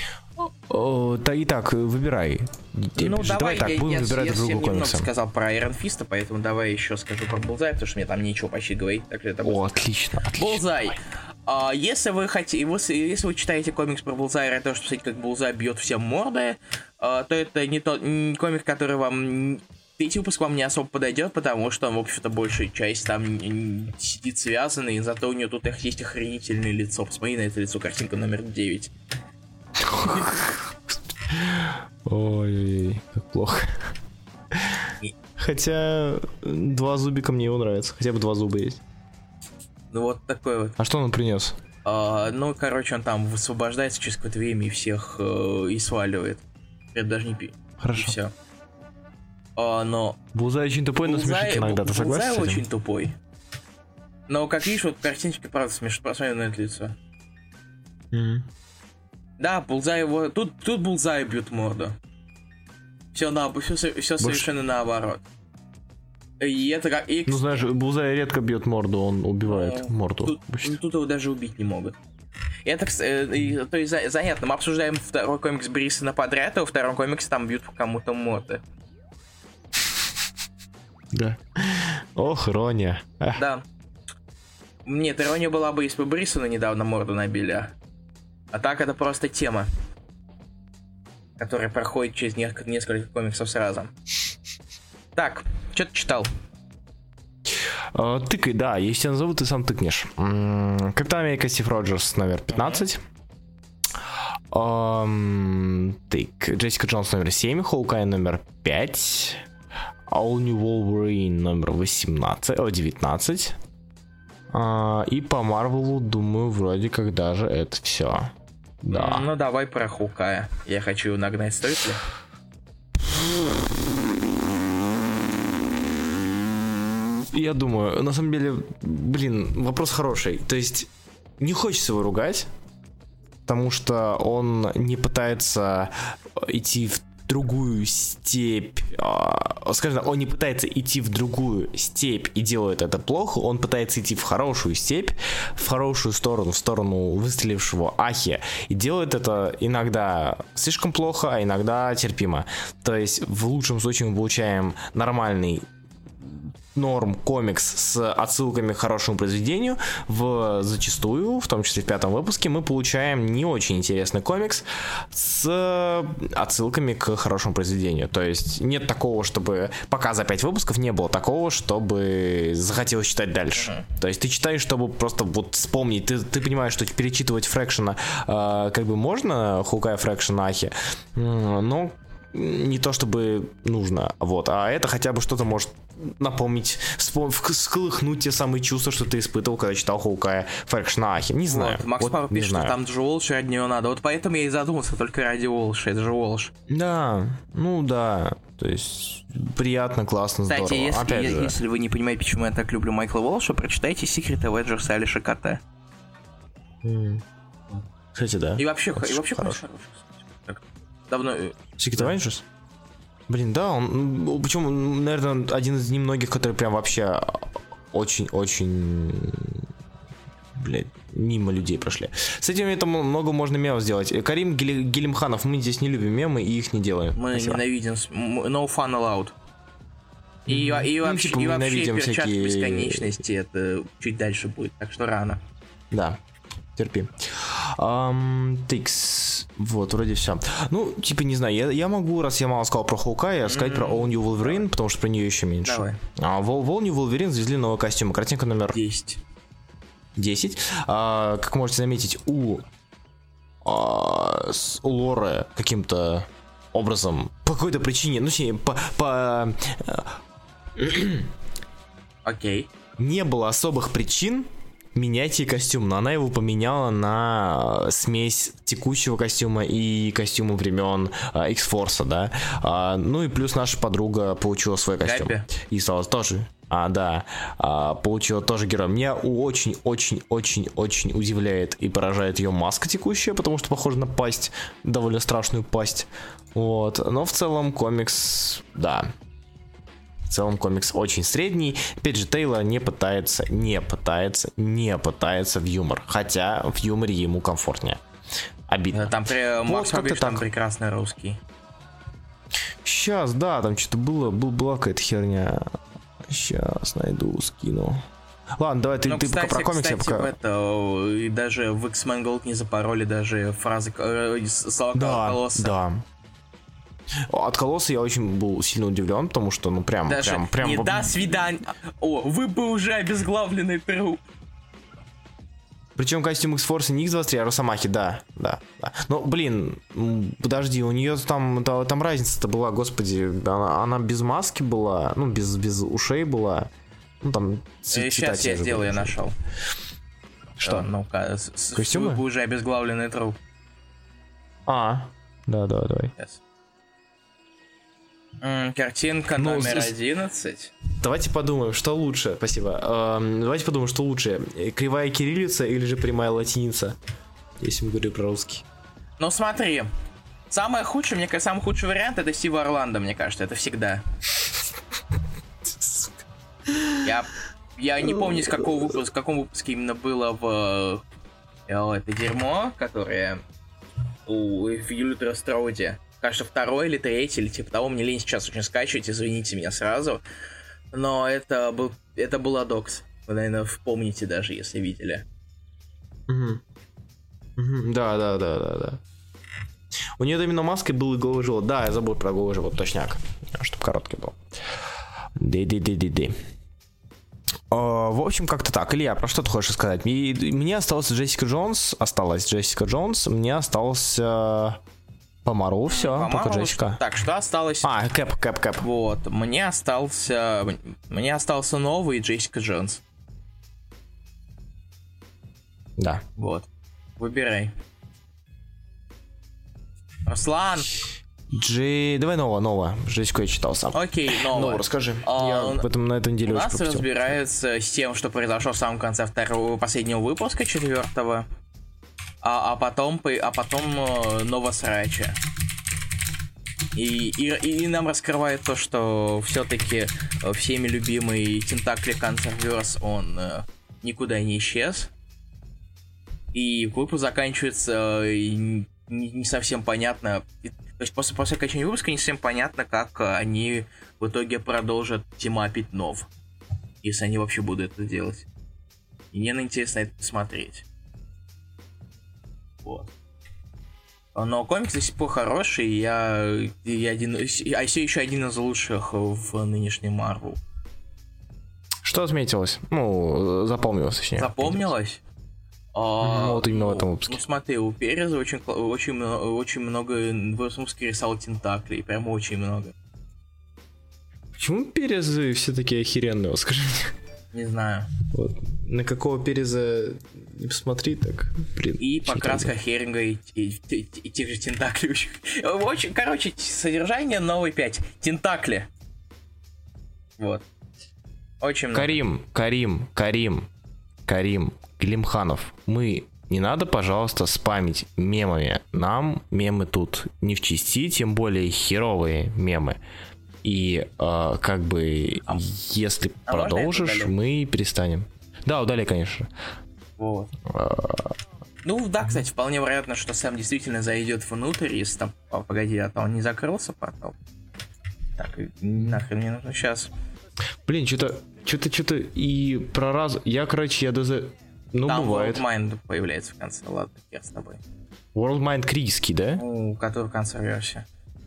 Итак, выбирай. Ну, давай так, будем выбирать я другую комикс. Я сказал про Iron Fist, поэтому давай еще скажу про Bullseye, потому что мне там нечего почти говорить. Так это отлично. Bullseye. Если вы читаете комикс про Bullseye ради того, чтобы посмотреть, как Bullseye бьет всем морды, то это не комик, который вам... Третий выпуск вам не особо подойдет, потому что он, в общем-то, большая часть там сидит связанный, зато у него тут есть охренительное лицо. Посмотри на это лицо, картинка номер 9. Ой, как плохо. Хотя 2 зубика мне его нравится. Хотя бы 2 зуба есть. Ну вот такой вот. А что он принес? Ну, короче, он там высвобождается через какое-то время и всех и сваливает. Это даже не Хорошо. И все. Но... Булзай очень тупой, но смешит иногда, ты согласен с Булзай этим? очень тупой. Но, как видишь, вот картиночка, правда, смешно, посмотри на это лицо. Да, Булзай его... Тут Булзай бьет морду. Все совершенно наоборот. И это как... Ну, знаешь, Булзай редко бьет морду, он убивает морду. Тут его даже убить не могут. Это, то есть, занятно. Мы обсуждаем второй комикс Брисона подряд, а во втором комиксе там бьют кому-то морды. Да. Ох, ирония. Да. Нет, ирония была бы, если бы Брисона недавно морду набили. А так это просто тема, которая проходит через несколько комиксов сразу. Так, что ты читал? Тыкай, да, если тебя назовут, ты сам тыкнешь. Капитан Америка Стив Роджерс номер 15. Так, Джессика Джонс номер 7, Хоукай номер 5, All New Wolverine номер 19. И по Марвелу, думаю, вроде как даже это все. Да. Ну давай про Хоукая. Я хочу его нагнать, стоит ли? Я думаю, на самом деле, блин, вопрос хороший. То есть, не хочется его ругать, потому что он не пытается идти в другую степь. Скажем так, он не пытается идти в другую степь и делает это плохо. Он пытается идти в хорошую степь, в хорошую сторону, в сторону выстрелившего Ахи. И делает это иногда слишком плохо, а иногда терпимо. То есть, в лучшем случае мы получаем нормальный норм комикс с отсылками к хорошему произведению. Зачастую, в том числе в 5 выпуске, мы получаем не очень интересный комикс с отсылками к хорошему произведению. То есть нет такого, чтобы пока за 5 выпусков не было такого, чтобы захотелось читать дальше. То есть ты читаешь, чтобы просто вот вспомнить. Ты понимаешь, что перечитывать Фрэкшена как бы можно, Хоукай Фрэкшен Ахи, но не то чтобы нужно, вот, а это хотя бы что-то может напомнить, всколыхнуть те самые чувства, что ты испытывал, когда читал Хоукая Фрэкшена Ахи. Не знаю. Вот, Макс Папа пишет, что там же Уолш, ради него надо. Вот поэтому я и задумался только ради Уолша. Это же Уолш. Да, ну да. То есть приятно, классно, кстати, здорово. Если вы не понимаете, почему я так люблю Майкла Уолша, прочитайте Secret Avengers Алиша Кота. Кстати, да. И вообще хороший. Давно... Secret Avengers? Блин, да, он, причем, наверное, один из немногих, который прям вообще очень, блядь, мимо людей прошли. С этим это много можно мемов сделать. Карим Гелимханов, мы здесь не любим мемы и их не делаем. Мы ненавидим, no fun allowed. И вообще перчатки бесконечности, это чуть дальше будет, так что рано. Да, терпи. Тикс. Вот, вроде все. Ну, типа, не знаю, я могу, раз я мало сказал про Хоукая, сказать про All New Wolverine, потому что про нее еще меньше. Давай. В All New Wolverine завезли новый костюм. Картинка номер 10. Как можете заметить, у Лоры каким-то образом, по какой-то причине, ну, точнее, Окей. не было особых причин менять ей костюм, но она его поменяла на смесь текущего костюма и костюма времен X-Force, да. Ну и плюс наша подруга получила свой костюм. Гаппи. И стала тоже. Получила тоже героя. Меня очень удивляет и поражает ее маска текущая, потому что похожа на пасть, довольно страшную пасть. Вот. Но в целом комикс, да. В целом комикс очень средний. Опять же, Тейлор не пытается в юмор. Хотя в юморе ему комфортнее. Обидно. Там Макс Папиш, там прекрасный русский. Сейчас, да, там что-то была какая-то херня. Сейчас найду, скину. Ладно, давай, ты пока про комиксы. И даже в X-Men Gold не запороли даже фразы слова Колосса. Да. От Колосса я очень был сильно удивлен, потому что, ну, прям... Не до свидания. Вы бы уже обезглавленный труп. Причем костюм X-Force не X-23, а Росомахи, да. Но, блин, подожди, у нее там разница-то была, господи, она без маски была, ну, без ушей была. Ну, там сейчас я сделаю, я нашел. Что? Ну-ка, Костюмы? уже обезглавленный труп. Да, давай. Картинка номер 11. Давайте подумаем, что лучше. Спасибо. Давайте подумаем, что лучше. Кривая кириллица или же прямая латиница? Если мы говорим про русский. Ну смотри. Самый худший вариант это Стив Орландо, мне кажется, это всегда. Я не помню, в каком выпуске именно было это дерьмо, которое в Юлитра Строуде. Кажется, 2 или 3, или типа того. Мне лень сейчас очень скачивать, извините меня сразу. Но это был Докс. Вы, наверное, помните даже, если видели. Да. У нее именно маской был и голый живот. Да, я забыл про голый живот, точняк. Чтобы короткий был. В общем, как-то так. Илья, про что ты хочешь сказать? Мне осталась Джессика Джонс, мне остался Помару, все, только Джессика. Так, что осталось? Кэп. Вот, мне остался новый Джессика Джонс. Да. Вот, выбирай. Руслан! Давай нового. Джессику я читал сам. Окей, нового. Расскажи. Я на этой неделе очень пропустил. У нас разбираются с тем, что произошло в самом конце последнего выпуска, 4-го. А потом Новосрача. И нам раскрывает то, что все-таки всеми любимый Тентакли Cancerverse, он никуда не исчез. И выпуск заканчивается не совсем понятно. То есть после окончания выпуска не совсем понятно, как они в итоге продолжат тимапить Нов. Если они вообще будут это делать. И мне интересно это посмотреть. Вот. Но комикс до сих пор хороший, я все еще один из лучших в нынешнем Марвел. Что отметилось? Запомнилось, точнее. Запомнилось? Вот именно в этом выпуске. Смотри, у Переза очень много в выпуске рисовал тентаклей, прям очень много. Почему Перезы все такие охеренные, скажи мне? Не знаю. Вот. На какого Переза не посмотри, так, блин. И покраска Херинга и тех же тентаклей. Короче, содержание новой 5. Тентакли. Вот. Очень много. Карим Климханов, не надо, пожалуйста, спамить мемами. Нам мемы тут не в чести, тем более херовые мемы. И если продолжишь, мы перестанем. Да, удаляй, конечно. Вот. Да, кстати, вполне вероятно, что Сэм действительно зайдет внутрь, если там, погоди, а то он не закрылся портал. Так, нахрен мне нужно сейчас. Блин, что-то и про раз. Я даже... Там бывает. World Mind появляется в конце. Ладно, я с тобой. World Mind крийский, да? Который Cancerverse.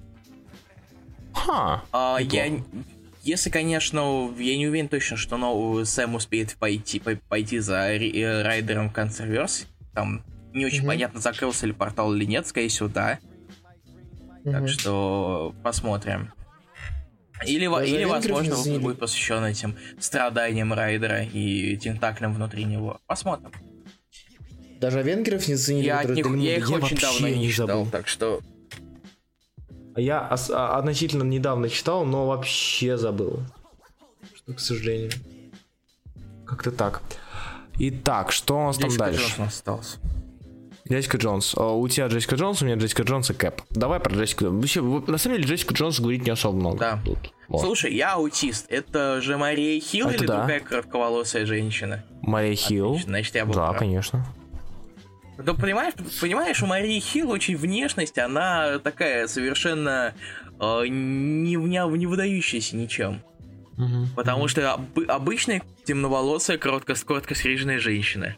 Если, конечно, я не уверен точно, что Сэм успеет пойти за райдером Cancerverse. Там не очень понятно, закрылся ли портал или нет, скорее всего, да. Так что посмотрим. Или возможно, выпуск будет посвящен этим страданиям райдера и тентаклям внутри него. Посмотрим. Даже венгеров не заценили. Я их очень давно не читал, так что... Я относительно недавно читал, но вообще забыл. Что, к сожалению. Как-то так. Итак, что у нас там дальше? Джессика Джонс. У тебя Джессика Джонс, у меня Джессика Джонс и Кэп. Давай про Джессику. Вообще, на самом деле, Джессика Джонс говорить не особо много. Да. Вот. Слушай, я аутист. Это же Мария Хилл или другая коротковолосая женщина? Мария Хилл. Значит, я был прав. Конечно. Да, понимаешь, у Марии Хилл очень внешность, она такая совершенно не выдающаяся ничем. Потому что обычная темноволосая, коротко стриженная женщина.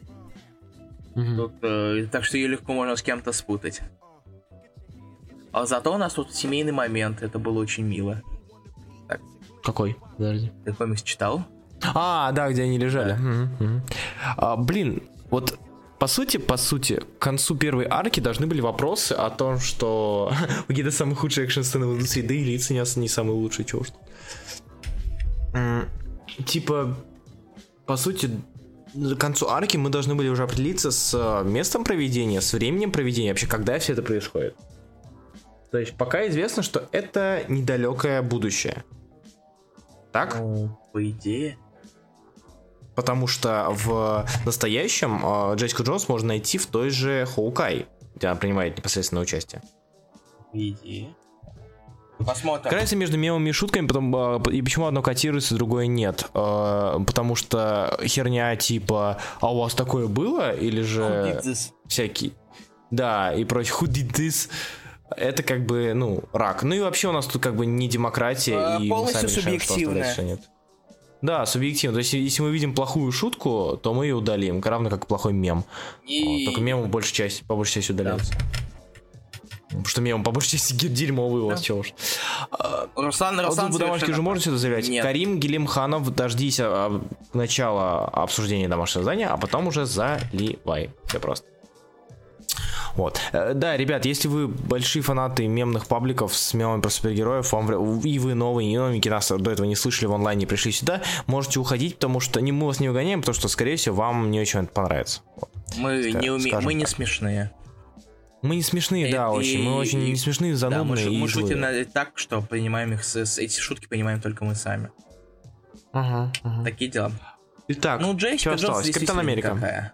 Так что ее легко можно с кем-то спутать. А зато у нас тут семейный момент, это было очень мило. Так. Какой? Подожди. Ты комикс читал? Да, где они лежали. Да. Блин, вот по сути, к концу первой арки должны были вопросы о том, что какие-то самые худшие экшн-сцены в индустрии, да и лица не самые лучшие, чего ж. Типа, по сути, к концу арки мы должны были уже определиться с местом проведения, с временем проведения, вообще, когда все это происходит. То есть пока известно, что это недалекое будущее. Так? Ну, по идее. Потому что в настоящем Джессику Джонс можно найти в той же Хоукай, где она принимает непосредственное участие. По идее. Посмотрим. Разница между мемами и шутками, и почему одно котируется, другое нет. Потому что херня типа «А у вас такое было?» или же всякие... Да, и прочее «Who did this?» Это как бы, ну, рак. Ну и вообще у нас тут как бы не демократия, и мы сами решаем, что оставлять, что нет. Да, субъективно. То есть, если мы видим плохую шутку, то мы ее удалим, равно как и плохой мем. Только мемы по большей части удаляются. Потому что мемы по большей части дерьмовые у вас, чего уж. Руслан домашки уже можно что-то заявлять? Нет. Карим Гелимханов, дождись начала обсуждения домашнего задания, а потом уже заливай. Все просто. Вот. Да, ребят, если вы большие фанаты мемных пабликов с мемами про супергероев, и вы новые, и новенькие нас до этого не слышали в онлайне, пришли сюда, можете уходить, потому что мы вас не угоняем, потому что, скорее всего, вам не очень это понравится. Вот. Мы не смешные. Мы не смешные, да, очень. Мы очень не смешные, занудные и мы злые. шутим так, что понимаем их, эти шутки понимаем только мы сами. Ага. Такие дела. Итак, ну, Джессика Джонс Капитан Америка. Никакая.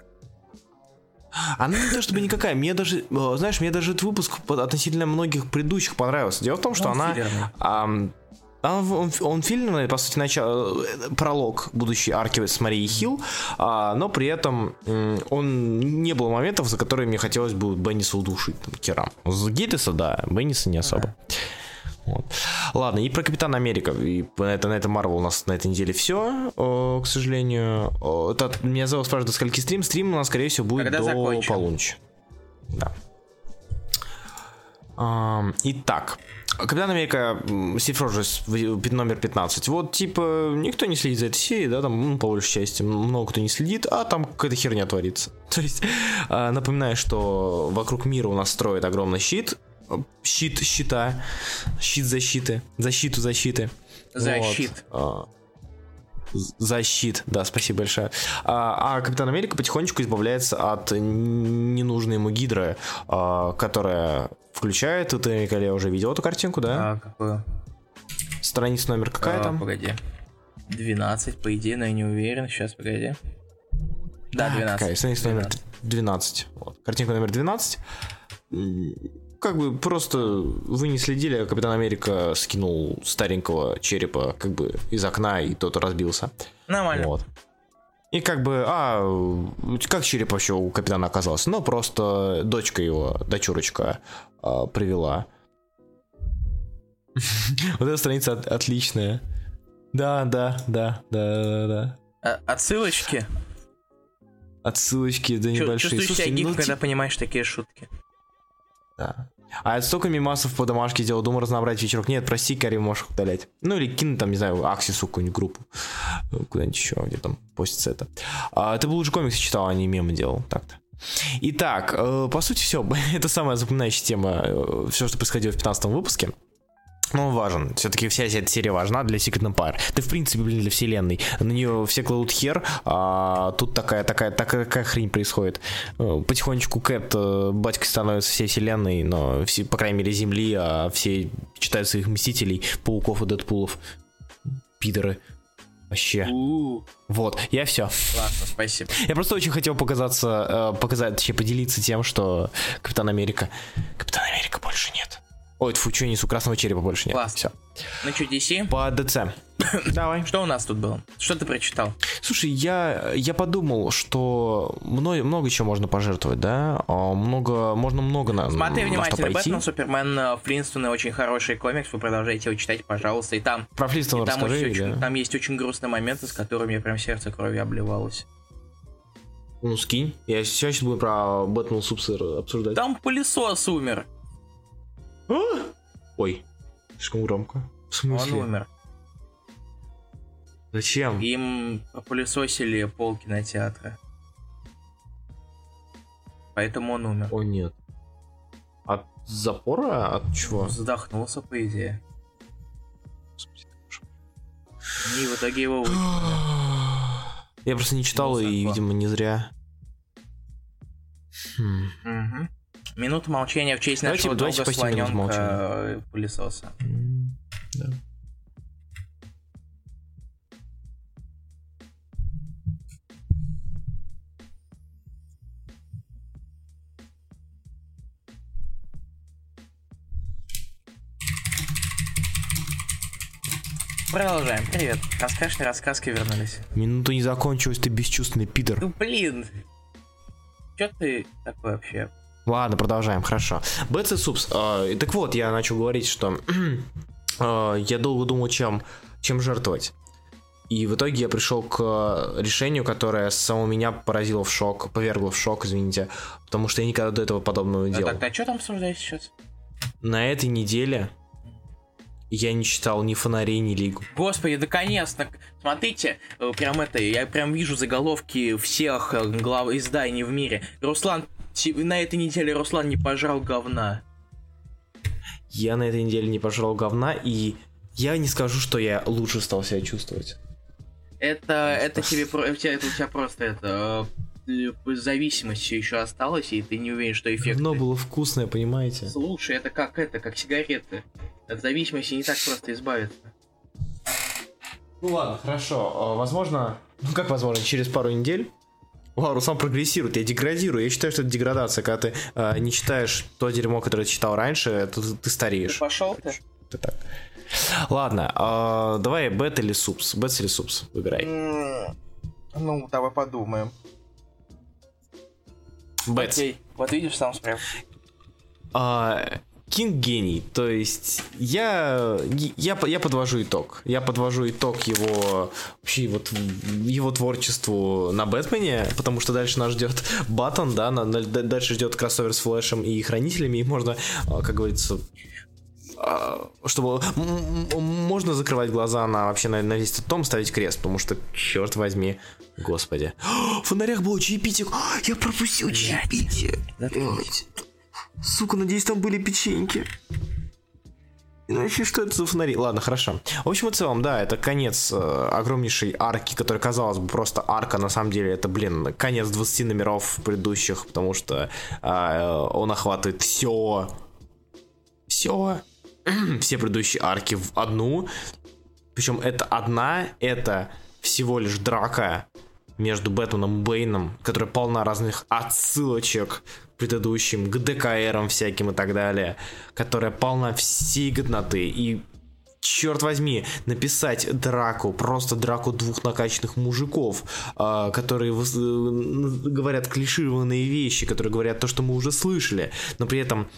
Она не то чтобы никакая, мне даже этот выпуск относительно многих предыдущих понравился. Дело в том, что он фильмный, по сути, пролог будущей арки с Марией Хилл, но при этом он не было моментов, за которые мне хотелось бы Бенниса удушить, керам. С Гиттиса, да, Бенниса не особо. Вот. Ладно, и про Капитана Америка. И на этом Марвел у нас на этой неделе все, к сожалению. Меня зовут спрашивают, до скольки стрим. Стрим у нас, скорее всего, будет когда до закончим. полуночи. Да. Итак, Капитан Америка, Стив Роджерс, номер 15. Вот, типа, никто не следит за этой серией, да, там, по большей части, много кто не следит, а там какая-то херня творится. То есть, напоминаю, что вокруг мира у нас строит огромный щит защиты. Защит. Вот. Защит, да, спасибо большое. А Капитан Америка потихонечку избавляется от ненужной ему гидры, которая включает, я уже видел эту картинку, да? Какую? Страница номер какая там? Погоди. 12, по идее, но я не уверен. Сейчас, погоди. Да, 12. Какая? Страница номер 12. Вот. Картинка номер 12. Как бы просто вы не следили, а Капитан Америка скинул старенького черепа как бы из окна, и тот разбился. Нормально. Вот. И как бы, как череп вообще у Капитана оказался? Ну, просто дочка его, дочурочка, привела. Вот эта страница отличная. Да. Отсылочки? Отсылочки, да, небольшие. Чувствуешь себя гик, когда понимаешь такие шутки. Да. А я столько мемасов по домашке делал, думаю, разнообразить вечерок. Нет, прости, Карим, можешь удалять. Ну или кинуть там, не знаю, Аксису какую-нибудь группу. Куда-нибудь еще, где там постится это. Ты бы лучше комиксы читал, а не мемы делал. Так-то. Итак, по сути все. Это самая запоминающая тема, все, что происходило в 15-м выпуске. Но он важен. Все-таки вся эта серия важна для Secret Empire. Да, в принципе, для вселенной. На нее все кладут хер, а тут такая хрень происходит. Потихонечку Кэт батькой становится всей вселенной, но все, по крайней мере, Земли, а все читают своих Мстителей, Пауков и Дэдпулов. Пидоры. Вообще. Вот, я все. Классно, спасибо. Я просто очень хотел поделиться тем, что Капитана Америка больше нет. Ой, фу, что я несу, красного черепа больше нет. Класс. Все. Ну что, DC? По DC. Давай. Что у нас тут было? Что ты прочитал? Слушай, я подумал, что много чего можно пожертвовать, да? Можно много на Смотри внимательно, пойти. Бэтмен, Супермен, Флинстоны, очень хороший комикс, вы продолжаете его читать, пожалуйста, и там... Про Флинстона расскажи, там есть очень грустные моменты, с которыми я прям сердце кровью обливалось. Ну, скинь. Я сейчас буду про Бэтмен Супсер обсуждать. Там пылесос умер. Ой, слишком громко. В смысле? Он умер. Зачем? Им пропылесосили пол кинотеатра. Поэтому он умер. О, нет. От запора? От чего? Задохнулся, по идее. И в итоге его Я просто не читал, и, видимо, не зря. Угу. Минута молчания в честь нашего друга слоненка пылесоса. Да. Продолжаем. Привет. Расскажешь, рассказки вернулись. Минута не закончилась, ты бесчувственный пидор. Ну блин. Чё ты такой вообще? Ладно, продолжаем, хорошо. Betsy Subs. Так вот, я начал говорить, что я долго думал, чем жертвовать. И в итоге я пришел к решению, которое самого меня поразило в шок, повергло в шок, извините, потому что я никогда до этого подобного не делал. Так, а что там обсуждаешь сейчас? На этой неделе я не читал ни фонарей, ни лигу. Господи, наконец-то! Смотрите, я прям вижу заголовки всех глав изданий в мире. На этой неделе Руслан не пожрал говна. Я на этой неделе не пожрал говна, и я не скажу, что я лучше стал себя чувствовать. Это у тебя просто зависимость все еще осталась, и ты не уверен, что эффект. Говно было вкусное, понимаете? Слушай, это как сигареты. От зависимости не так просто избавиться. Ну ладно, хорошо. Возможно, через пару недель. Вау, Руслан прогрессирует, я деградирую. Я считаю, что это деградация. Когда ты не читаешь то дерьмо, которое ты читал раньше, то ты стареешь. Ты пошел ты? Ты так. Ладно, давай Бет или Супс. Бет или Супс, выбирай. Ну, давай подумаем. Бет. Окей, вот видишь, сам справился. Кинг гений, то есть я подвожу итог. Я подвожу итог его вообще вот его творчеству на Бэтмене, потому что дальше нас ждет Баттон, да, дальше ждет кроссовер с Флэшем и Хранителями, и можно, как говорится, чтобы можно закрывать глаза на весь этот том, ставить крест, потому что, черт возьми, господи. В фонарях было чаепитие. Я пропустил чаепитие. Сука, надеюсь, там были печеньки. Иначе что это за фонари? Ладно, хорошо. В общем и целом, да, это конец огромнейшей арки, которая, казалось бы, просто арка. На самом деле, это, конец 20 номеров предыдущих, потому что он охватывает все предыдущие арки в одну. Причем это всего лишь драка между Бэтменом и Бэйном, которая полна разных отсылочек к предыдущим, к ДКРам всяким и так далее, которая полна всей годноты. И, черт возьми, написать просто драку двух накачанных мужиков, которые говорят клишированные вещи, которые говорят то, что мы уже слышали, но при этом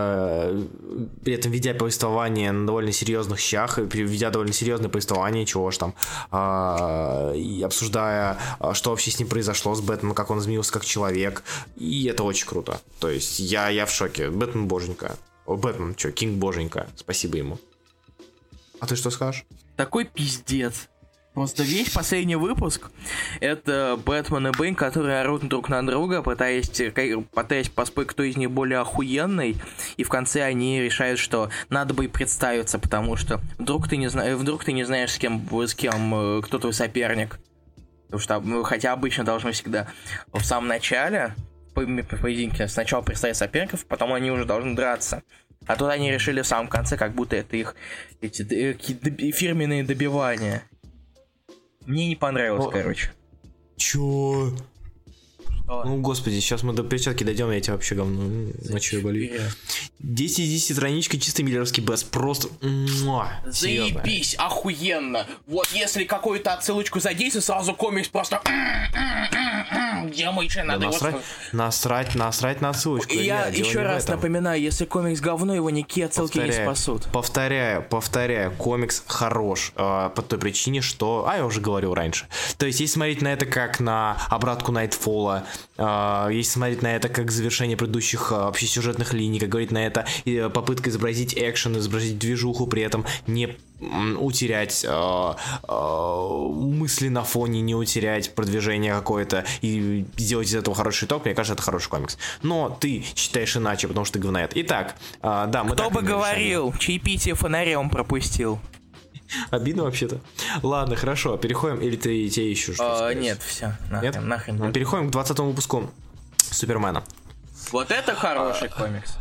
ведя повествование на довольно серьезных щах, ведя довольно серьезное повествование, чего ж там, и обсуждая, что вообще с ним произошло, с Бэтменом, как он изменился как человек, и это очень круто. То есть я в шоке. Бэтмен боженька. Кинг боженька. Спасибо ему. А ты что скажешь? Такой пиздец. Просто весь последний выпуск — это Бэтмен и Бэйн, которые орут друг на друга, пытаясь поспорить, кто из них более охуенный, и в конце они решают, что надо бы и представиться, потому что вдруг ты не знаешь, с кем кто твой соперник. Потому что, хотя обычно должны всегда в самом начале поединки сначала представить соперников, потом они уже должны драться. А тут они решили в самом конце, как будто это их фирменные добивания. Мне не понравилось, короче. Чё? Ну, господи, сейчас мы до перчатки дойдем, я тебя вообще говно ночью болю. 10 из 10 страничка, чисто миллеровский бест, просто... Заебись, охуенно. Вот если какую-то отсылочку задействовать, сразу комикс просто... Где мыши надо... Насрать на отсылочку. Я еще раз напоминаю, если комикс говно, его никакие отсылки не спасут. Повторяю, комикс хорош. По той причине, что... я уже говорил раньше. То есть, если смотреть на это как на обратку Найтфола, если смотреть на это как завершение предыдущих вообще сюжетных линий, как говорить на это попытка изобразить экшен, изобразить движуху, при этом не утерять мысли на фоне, не утерять продвижение какое-то и сделать из этого хороший итог, мне кажется, это хороший комикс. Но ты читаешь иначе, потому что ты говноед. Итак, да, мы... Кто бы говорил, чаепитие фонаря он пропустил. Обидно вообще-то. Ладно, хорошо, переходим. Или ты тебе еще что-то Нет, все, Нет? нахрен. Переходим к 20-му выпуску Супермена. Вот это хороший комикс.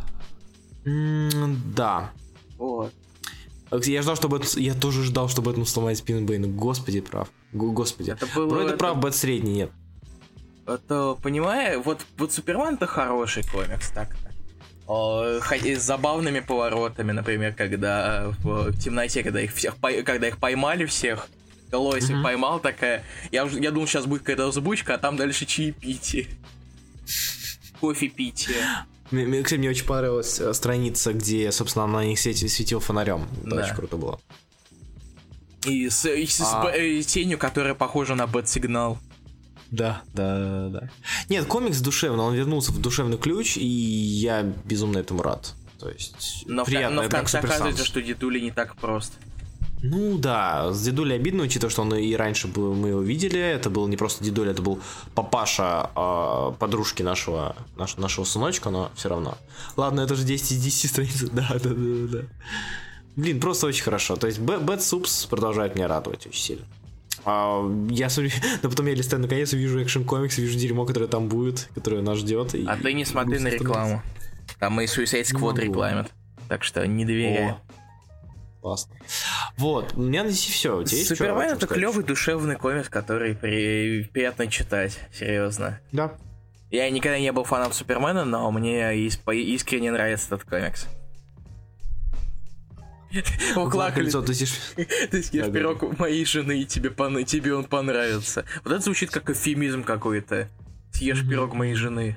Да. Вот. Я тоже ждал, чтобы Бэтмен сломает спину Бэйну. Господи, прав. Господи. Это было... Вроде прав, Бэт средний, нет. Это, понимаешь, вот Супермен это хороший комикс, так-то. С забавными поворотами, например, когда в темноте, когда их поймали всех, Лоис их поймал, такая. Я думал, сейчас будет какая-то озвучка, а там дальше чаепитие. Кофе питие. Кстати, мне очень понравилась страница, где, собственно, на них светил фонарем. Это очень круто было. И с тенью, которая похожа на бэт-сигнал. Да. Нет, комикс душевный, он вернулся в душевный ключ, и я безумно этому рад. То есть, но в конце оказывается, что дедули не так прост. Ну да, с дедулей обидно, учитывая, что он и раньше мы его видели. Это был не просто дедуля, это был папаша подружки нашего сыночка, но все равно. Ладно, это же 10 из 10 страниц. Да. Блин, просто очень хорошо. То есть Bad Subs продолжает меня радовать очень сильно. Я смотрю, но потом я листаю наконец, вижу экшен комикс, вижу дерьмо, которое там будет, которое нас ждет. А ты не смотри на рекламу. Там и Suicide Squad рекламят. Так что не доверяй. Классно. Вот, у меня на DC все. Супермен это клевый душевный комикс, который приятно читать, серьезно. Да. Я никогда не был фанатом Супермена, но мне искренне нравится этот комикс. Уклакали. Ты съешь пирог моей жены, и тебе он понравится. Вот это звучит как эвфемизм какой-то. Съешь пирог моей жены.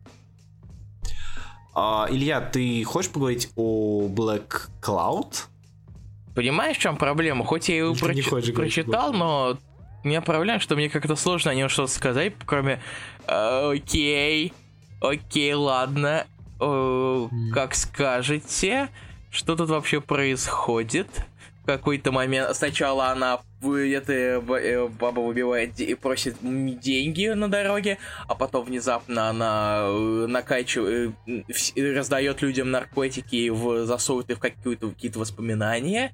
Илья, ты хочешь поговорить о Black Cloud? Понимаешь, в чем проблема? Хоть я его прочитал, но у меня проблема, что мне как-то сложно о нем что-то сказать, кроме окей, ладно, как скажете, что тут вообще происходит? В какой-то момент сначала она баба выбивает и просит деньги на дороге, а потом внезапно она накачивает, раздает людям наркотики и засовывает их в какие-то воспоминания.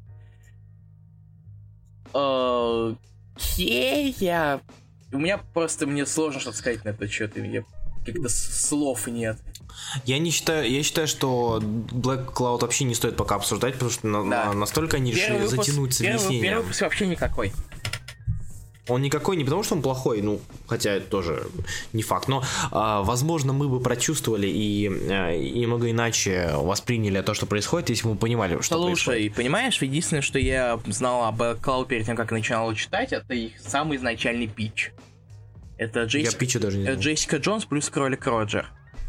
Окей, у меня просто мне сложно что-то сказать на это счет, и мне как-то слов нет. Я считаю, что Black Cloud вообще не стоит пока обсуждать, потому что настолько они решили затянуть с объяснением. Первый выпуск вообще никакой. Он никакой не потому, что он плохой, ну, хотя это тоже не факт, но, возможно, мы бы прочувствовали и немного иначе восприняли то, что происходит, если бы мы понимали, что происходит. Слушай, понимаешь, единственное, что я знал об Black Cloud перед тем, как начинал читать, это их самый изначальный питч. Это Джессика Джонс плюс Кролик Роджер.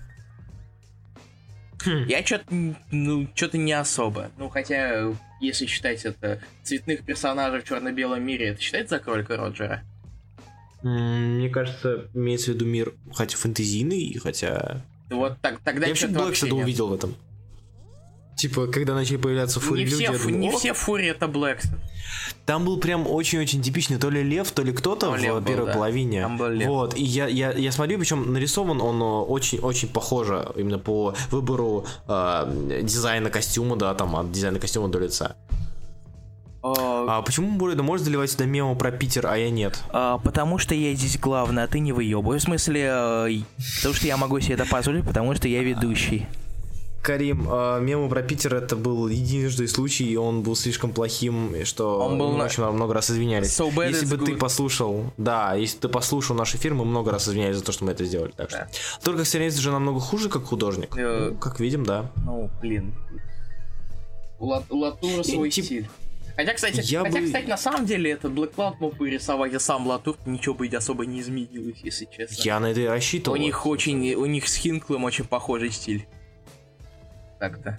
Я что-то не особо. Ну, хотя, если считать это цветных персонажей в черно-белом мире, это считается за Кролика Роджера? Мне кажется, имеется в виду мир, хотя фэнтезийный, хотя... Вот тогда я что-то вообще Блэксида увидел в этом. Типа, когда начали появляться фури люди... Не все фури это Блэксид. Там был прям очень-очень типичный то ли лев, то ли кто-то в первой половине. Там был лев. Вот, и я смотрю, причем нарисован он очень-очень похоже именно по выбору дизайна костюма, да, там от дизайна костюма до лица. Почему Бурайда может заливать сюда мемы про Питер, а я нет? Потому что я здесь главный, а ты не выебывай. В смысле, потому что я могу себе это позволить, потому что я ведущий. Карим, мему про Питер это был единожды случай, и он был слишком плохим, что мы очень много раз извинялись. Если бы ты послушал, если ты послушал наш эфир, мы много раз извинялись за то, что мы это сделали. Так что. Только сценарист же намного хуже, как художник. Как видим, да. Ну, блин. У Латура свой стиль. Хотя, кстати, на самом деле, этот Black Cloud мог бы рисовать, я сам Латур, ничего бы особо не изменилось, если честно. Я на это и рассчитывал. У них с Хинклом очень похожий стиль. Так-то.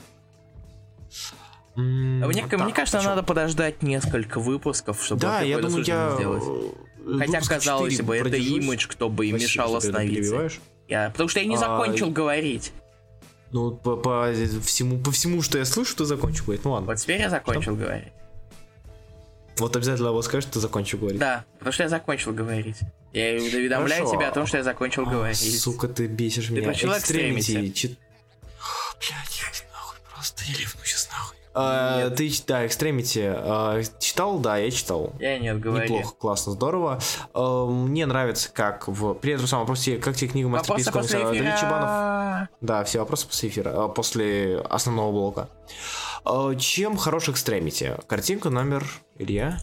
Мне кажется, надо подождать несколько выпусков, чтобы какое-то суждение сделать. Хотя, казалось бы, это имидж, кто бы им мешал остановиться. Потому что я не закончил говорить. Ну, по всему, что я слышу, ты закончил говорить. Ну ладно. Вот теперь я закончил говорить. Вот обязательно вот скажешь, что ты закончил говорить. Да, потому что я закончил говорить. Я уведомляю тебя о том, что я закончил говорить. Сука, ты бесишь меня. Ты прочел Экстремити? Блядь, иди нахуй просто, я ливну сейчас нахуй. Ты, да, Extremity читал? Да, я читал. Я нет, говори. Неплохо, классно, здорово. Мне нравится, как в... При этом самом вопросе, как тебе книга «Мастерпис» комикса Давид Чебанов? Да, все вопросы после эфира, после основного блока. Чем хорош Extremity? Картинка номер, Илья?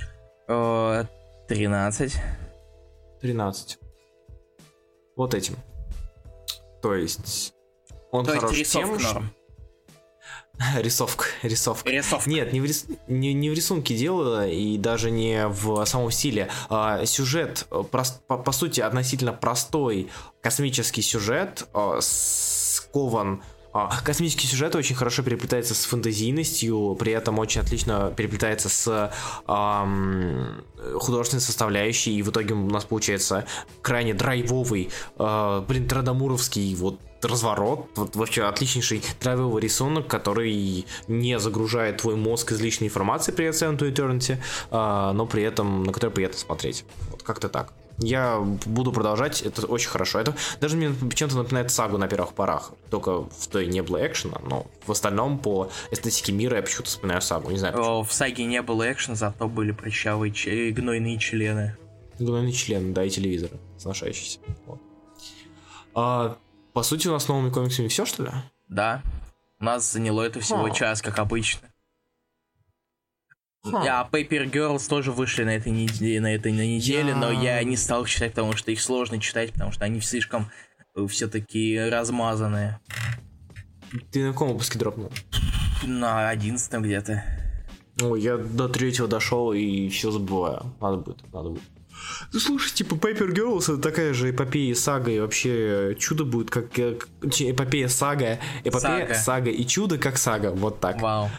13. 13. Вот этим. То есть... Он хорош тем, что... Рисовка. Нет, не в рисунке дело, и даже не в самом стиле. Сюжет, по сути, относительно простой космический сюжет, скован. Космический сюжет очень хорошо переплетается с фэнтезийностью, при этом очень отлично переплетается с художественной составляющей, и в итоге у нас получается крайне драйвовый, традамуровский вот разворот, вот вообще отличнейший драйвовый рисунок, который не загружает твой мозг излишней информацией при Ascent to Eternity, но при этом на который приятно смотреть. Вот как-то так. Я буду продолжать, это очень хорошо. Это даже мне чем-то напоминает сагу на первых порах. Только в той не было экшена, но в остальном по эстетике мира я почему-то вспоминаю сагу. Не знаю почему. В саге не было экшена, зато были прыщавые гнойные члены. Гнойные члены, да, и телевизоры сношающиеся. Вот. По сути, у нас с новыми комиксами все, что ли? Да. У нас заняло это всего час, как обычно. Paper Girls тоже вышли на этой неделе, но я не стал их читать, потому что их сложно читать, потому что они слишком все-таки размазанные. Ты на каком выпуске дропнул? На 11 где-то. Ой, я до 3-го дошел и все забываю. Надо будет. Ну слушай, типа Paper Girls это такая же эпопея, сага, и вообще чудо будет как эпопея, сага, сага и чудо как сага, вот так. Вау.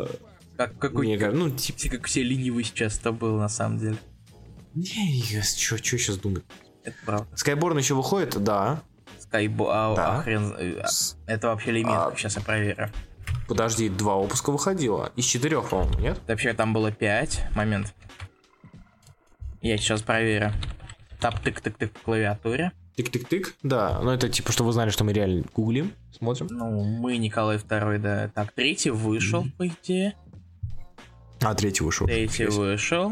Как все ленивые сейчас-то было на самом деле. Что сейчас думать? Это правда. Skyborn еще выходит, да. Хрен. Это вообще лимит, сейчас я проверю. Подожди, 2 выпуска выходило. Из 4, по-моему, нет? Вообще там было 5. Момент. Я сейчас проверю. Тап-тык-тык-тык в клавиатуре. Тык-тык-тык? Да, но это типа, что вы знали, что мы реально гуглим, смотрим. Ну, мы Николай II, да. Так, 3 вышел, по идее. 3 вышел. 3 вышел.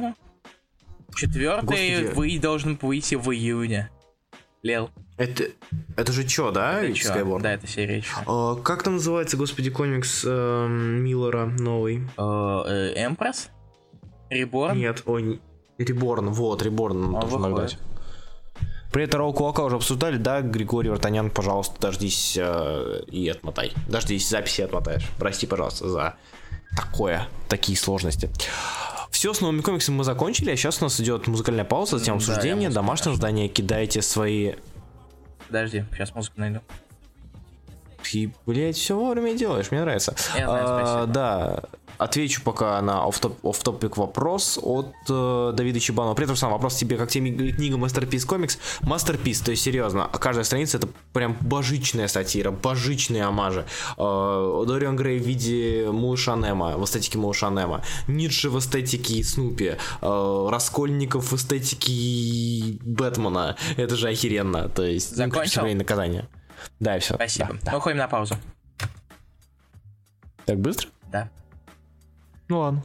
4 должен выйти в июне. Лел. Это же чё, да? Это чё? Да, это серия чё. Как там называется, господи, комикс Миллера новый? Эмпресс? Реборн? Нет, Реборн, вот, Реборн должен нагнать. При этом Роу Кулака уже обсуждали, да, Григорий Вартанян, пожалуйста, дождись и отмотай. Дождись записи и отмотаешь. Прости, пожалуйста, за такие сложности. Все, с новыми комиксами мы закончили, а сейчас у нас идет музыкальная пауза, затем обсуждение, домашнее задание, кидайте свои... Подожди, сейчас музыку найду. Ты, блядь, все вовремя делаешь, мне нравится. Я знаю, да, отвечу пока на офф-топик вопрос от Давида Чебанова. При этом сам вопрос тебе, как тебе книга Masterpiece комикс. Masterpiece, то есть серьезно, каждая страница это прям божичная сатира, божичные омажи. Дориан Грей в виде малыша Немо, в эстетике малыша Немо. Ницше в эстетике Снупи. Раскольников в эстетике Бэтмена. Это же охеренно. То есть, закончил? Наказание. Да, и все. Спасибо. Да. Уходим на паузу. Так быстро? Да. Ну ладно.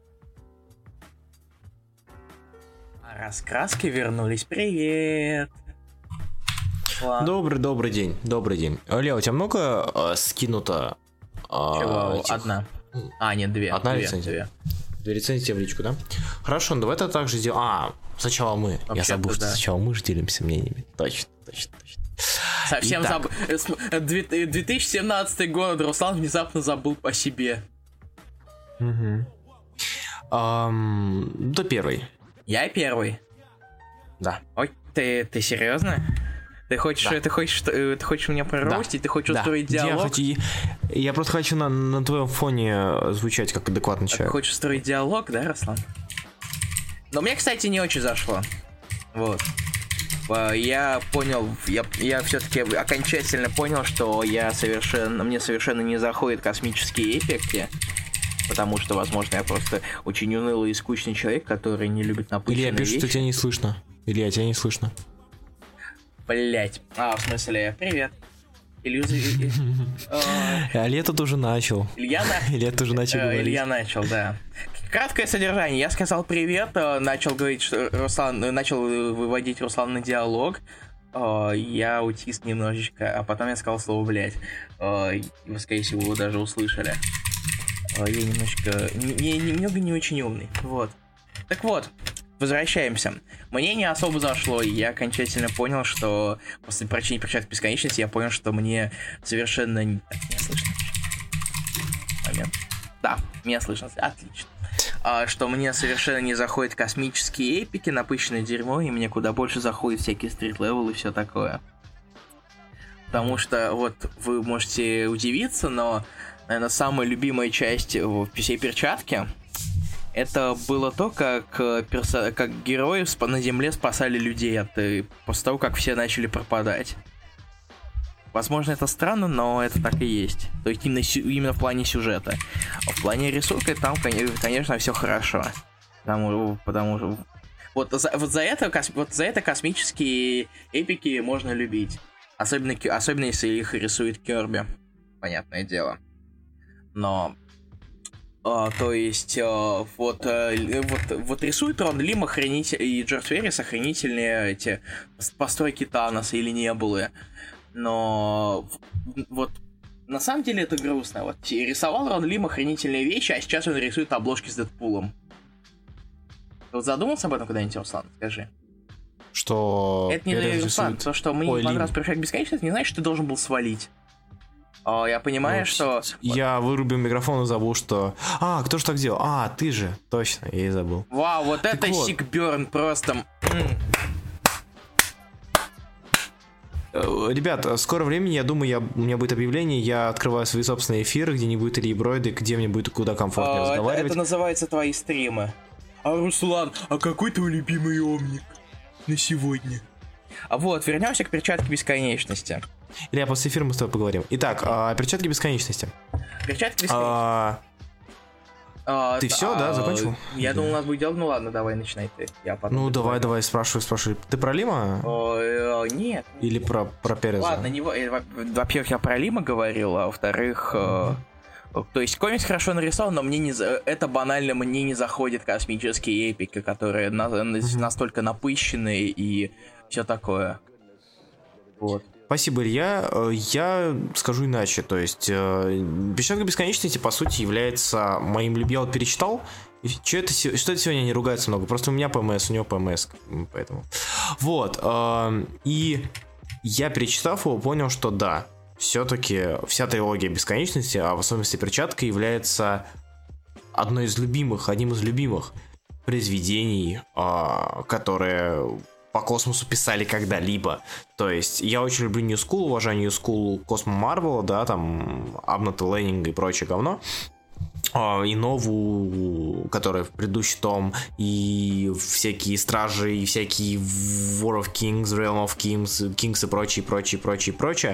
Раскраски вернулись. Привет. Добрый день. Лео, у тебя много скинуто? Чего? Одна. Нет, 2. Одна рецензия. 2 рецензии в личку, да? Хорошо, давай это также сделаем. Сначала мы. Вообще-то я забыл, что сначала мы же делимся мнениями. Точно. Совсем забыл. 2017 год, Руслан внезапно забыл по себе. Угу. Кто первый? Я первый. Да. Ой, ты серьезно? Ты хочешь меня проростить? Да. Ты хочешь устроить диалог? Я просто хочу на твоем фоне звучать как адекватный человек. Ты хочешь устроить диалог, да, Руслан? Но мне, кстати, не очень зашло. Вот. Я понял, я все-таки окончательно понял, что мне совершенно не заходят космические эффекты, потому что, возможно, я просто очень унылый и скучный человек, который не любит напыщенные Илья пишет, что тебя не слышно. Илья, тебя не слышно. Блять. В смысле, привет. Илья тут уже начал. Илья тоже начал говорить. Илья начал, да. Краткое содержание. Я сказал привет, начал говорить, что начал выводить Руслан на диалог. Я аутист немножечко, а потом я сказал слово «блядь». Вы, скорее всего, его даже услышали. Я немного не очень умный. Вот. Так вот, возвращаемся. Мне не особо зашло, и я окончательно понял, что после прочтения «Перчатки бесконечности» я понял, что мне совершенно... Так, меня слышно? Момент. Да, меня слышно. Отлично. Что мне совершенно не заходят космические эпики, напыщенное дерьмо, и мне куда больше заходят всякие стрит-левелы и все такое. Потому что, вот, вы можете удивиться, но, наверное, самая любимая часть всей перчатки это было то, как герои на Земле спасали людей после того, как все начали пропадать. Возможно, это странно, но это так и есть. То есть именно в плане сюжета. А в плане рисунка там, конечно, все хорошо. Потому что вот за это космические эпики можно любить. Особенно если их рисует Кёрби. Понятное дело. Но... то есть, вот рисует Рон Лим и Джордж Веррис охренительные эти постройки Таноса или Небулы. Но вот на самом деле это грустно. Вот рисовал Рон Лим охренительные вещи, а сейчас он рисует обложки с Дэдпулом. Ты вот задумался об этом когда-нибудь, Руслан? Скажи. Что... Это не Руслан, то, что мне не понравилось «Перчатка бесконечности», не значит, что ты должен был свалить. Я понимаю, что... Я вырубил микрофон и забыл, что... кто ж так делал? Ты же. Точно, я и забыл. Вау, вот так это сикберн просто... Ребят, в скором времени, я думаю, у меня будет объявление, я открываю свои собственные эфиры, где не будет Ильи Бройда, где мне будет куда комфортнее разговаривать. Это называется твои стримы. Руслан, какой твой любимый омник на сегодня? Вот, вернемся к «Перчатке бесконечности». Илья, после эфира мы с тобой поговорим. Итак, «Перчатки бесконечности». «Перчатки бесконечности». Ты все, да, закончил? Я думал, у нас будет дело. Ну ладно, давай, начинай ты. Давай, спрашивай. Ты про Лима? Нет. Или про Переза? Ладно, во-первых, я про Лима говорил, а во-вторых... То есть комикс хорошо нарисован, но это банально мне не заходит космические эпики, которые настолько напыщенные и все такое. Вот. Спасибо, Илья. Я скажу иначе. То есть, «Перчатка бесконечности», по сути, является моим любимым. Я вот перечитал. Что-то сегодня не ругается много. Просто у меня ПМС, у него ПМС. Поэтому. Вот. И я, перечитав его, понял, что да, все-таки вся трилогия бесконечности, а в особенности «Перчатка», является одним из любимых произведений, которые по космосу писали когда-либо. То есть я очень люблю New School, уважаю New School Cosmo Marvel, да, там Абнета Лэннинг и прочее говно. И новую, которая в предыдущий том, и всякие Стражи, и всякие War of Kings, Realm of Kings и прочее.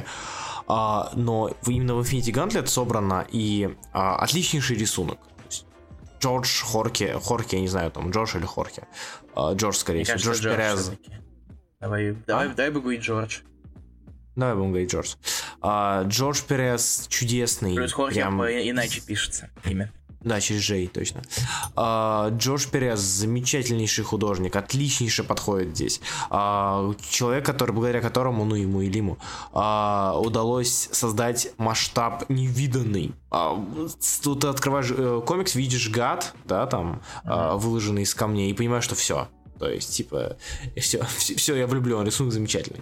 Но именно в Infinity Gauntlet собрано и отличнейший ресунок. Джордж Хорке, я не знаю, там Джордж или Хорке. Джордж, скорее всего. Джордж Перез. Давай бы говорить Джордж. Давай будем говорить Джордж. Джордж Перез чудесный. Плюс Хорке иначе пишется имя. Да, через Джей, точно. Джордж Перез замечательнейший художник, отличнейше подходит здесь. Человек, благодаря которому, ему и Лиму, удалось создать масштаб невиданный. Тут ты открываешь комикс, видишь гад, да, там, выложенный из камней, и понимаешь, что все. То есть, типа, все, я влюблен, рисунок замечательный.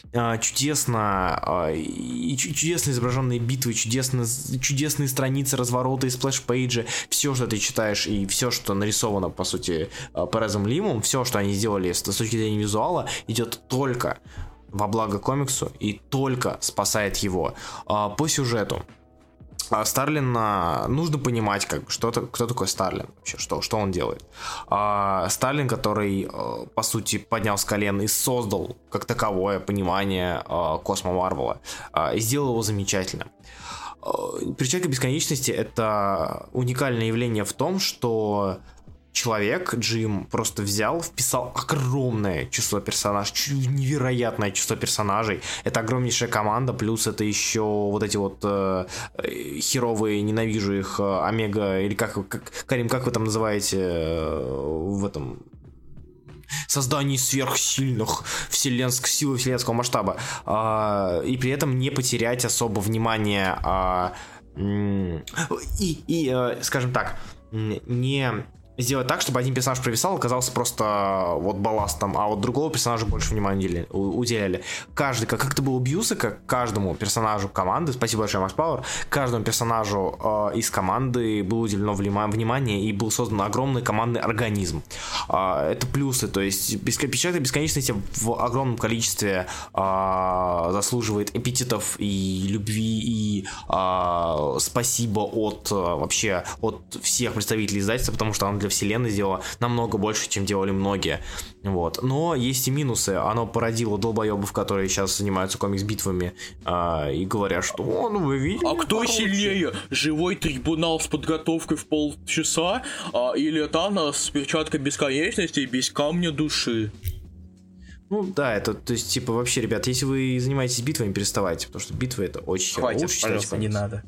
Чудесно изображенные битвы, чудесные страницы, развороты и сплэш-пейджи, все, что ты читаешь, и все, что нарисовано, по сути, Перезом Лимом, все, что они сделали с точки зрения визуала, идет только во благо комиксу и только спасает его. По сюжету. Старлина, нужно понимать, кто такой Старлин вообще, что он делает. Старлин, который, по сути, поднял с колен и создал как таковое понимание Космо Марвела, и сделал его замечательно. «Перчатка бесконечности» — это уникальное явление в том, что человек, Джим, просто взял, вписал огромное число персонажей, невероятное число персонажей. Это огромнейшая команда, плюс это еще вот эти вот херовые, ненавижу их, Омега, или Карим, как вы там называете в этом... создании сверхсильных силы вселенского масштаба, и при этом не потерять особо внимание, скажем так, не сделать так, чтобы один персонаж провисал, оказался просто вот балластом, а вот другого персонажа больше внимания уделяли. Каждый, как это было у Бьюсака, каждому персонажу команды, спасибо большое, Макс Пауэр, каждому персонажу из команды было уделено внимание и был создан огромный командный организм. Это плюсы, то есть печатка бесконечности в огромном количестве заслуживает эпитетов и любви, и спасибо от вообще от всех представителей издательства, потому что оно для вселенной сделала намного больше, чем делали многие. Вот. Но есть и минусы. Оно породило долбоебов, которые сейчас занимаются комикс-битвами и говорят, что ну вы видите. А кто сильнее? Живой трибунал с подготовкой в полчаса или Танос с перчаткой бесконечности без камня души? Ну да, это, то есть, типа, вообще, ребят, если вы занимаетесь битвами, переставайте, потому что битвы это очень херово. Хватит, пожалуйста, не надо.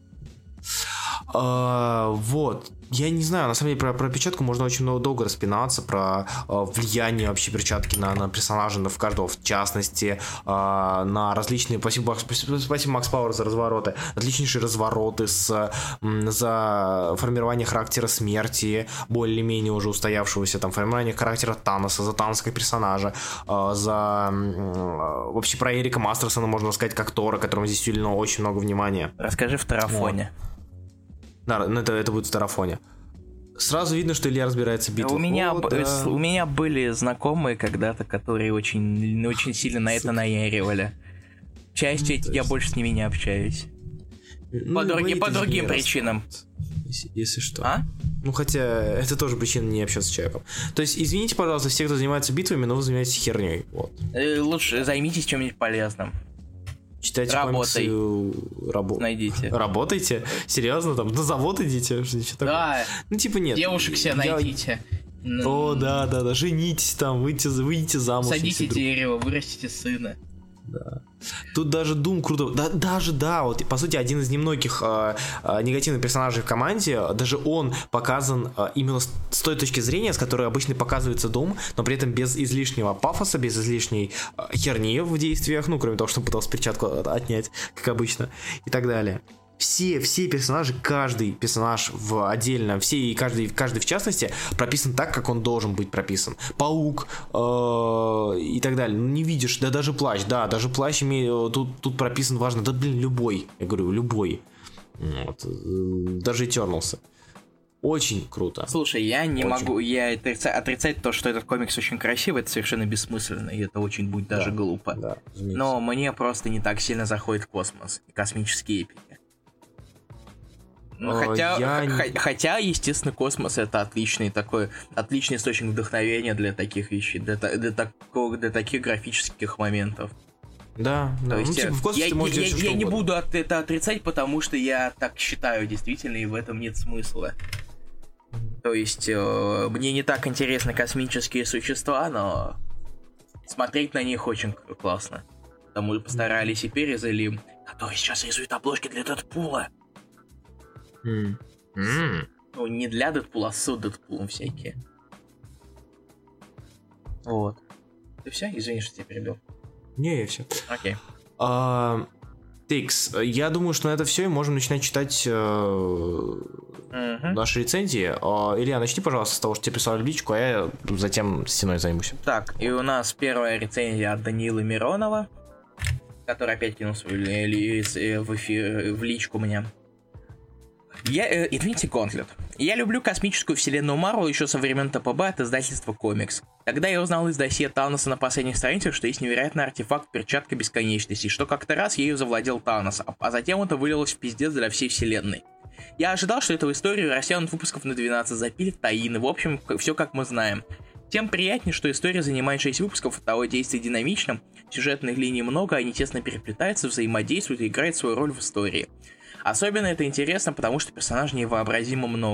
Вот. Я не знаю, на самом деле про печатку можно очень долго распинаться, про влияние вообще перчатки на персонажа, в каждого в частности, на различные, спасибо Макс Пауэр за развороты, отличнейшие развороты за формирование характера смерти, более-менее уже устоявшегося, там, формирование характера Таноса, за Таноса как персонажа, за вообще про Эрика Мастерсона можно сказать как Тора, которому здесь уделено очень много внимания. Расскажи в Тарафоне. Да, это будет в Тарафоне. Сразу видно, что Илья разбирается в битвах. У меня были знакомые когда-то, которые очень сильно на это наяривали. К счастью, я больше с ними не общаюсь. По другим причинам. Если что. Ну, хотя, это тоже причина не общаться с человеком. То есть, извините, пожалуйста, все, кто занимается битвами, но вы занимаетесь херней. Вот. Лучше займитесь чем-нибудь полезным. Читайте комиксы. Найдите. Работайте? Серьезно? Там на завод идите? Да. Ну, типа, нет. Девушек себе найдите. О, да. Женитесь там, выйдите замуж. Садите дерево, вырастите сына. Да. Тут даже Doom круто. Вот, по сути, один из немногих негативных персонажей в команде, даже он показан именно с той точки зрения, с которой обычно показывается Doom, но при этом без излишнего пафоса, без излишней херни в действиях, ну, кроме того, что он пытался перчатку отнять, как обычно, и так далее. Все персонажи, каждый персонаж отдельно, каждый в частности прописан так, как он должен быть прописан. Паук и так далее. Ну, не видишь, даже плащ, даже плащ тут прописан важно. Да, блин, любой, я говорю, любой. Вот. Даже Eternals. Очень круто. Слушай, я не могу отрицать то, что этот комикс очень красивый, это совершенно бессмысленно, и это очень будет даже глупо. Да, но мне просто не так сильно заходит космос и космические эпики. Ну, хотя, естественно, космос это отличный источник вдохновения для таких вещей, для таких графических моментов. Да. То есть, в космосе я не буду это отрицать, потому что я так считаю действительно, и в этом нет смысла. То есть мне не так интересны космические существа, но смотреть на них очень классно. Потому что постарались и перезали, который сейчас рисует обложки для Дэдпула. Ну, не для Дэдпула, а с Дэдпулом всякие. Вот. Ты все? Извини, что тебя перебил. Не, я все. Окей. Тикс, я думаю, что на это все, и можем начинать читать наши рецензии. Илья, начни, пожалуйста, с того, что тебе прислали в личку, а я затем стеной займусь. Так, и у нас первая рецензия от Данилы Миронова, который опять кинул свою в личку мне. Infinity Gauntlet. Я люблю космическую вселенную Марвел еще со времен ТПБ от издательства Комикс. Тогда я узнал из досье Таноса на последних страницах, что есть невероятный артефакт перчатка бесконечности, что как-то раз ею завладел Танос, а затем это вылилось в пиздец для всей вселенной. Я ожидал, что эту историю растянут выпусков на 12, запилят таины, в общем, все как мы знаем. Тем приятнее, что история занимает 6 выпусков, оттого действие динамично, сюжетных линий много, они тесно переплетаются, взаимодействуют и играют свою роль в истории. Особенно это интересно, потому что персонажей невообразимо много.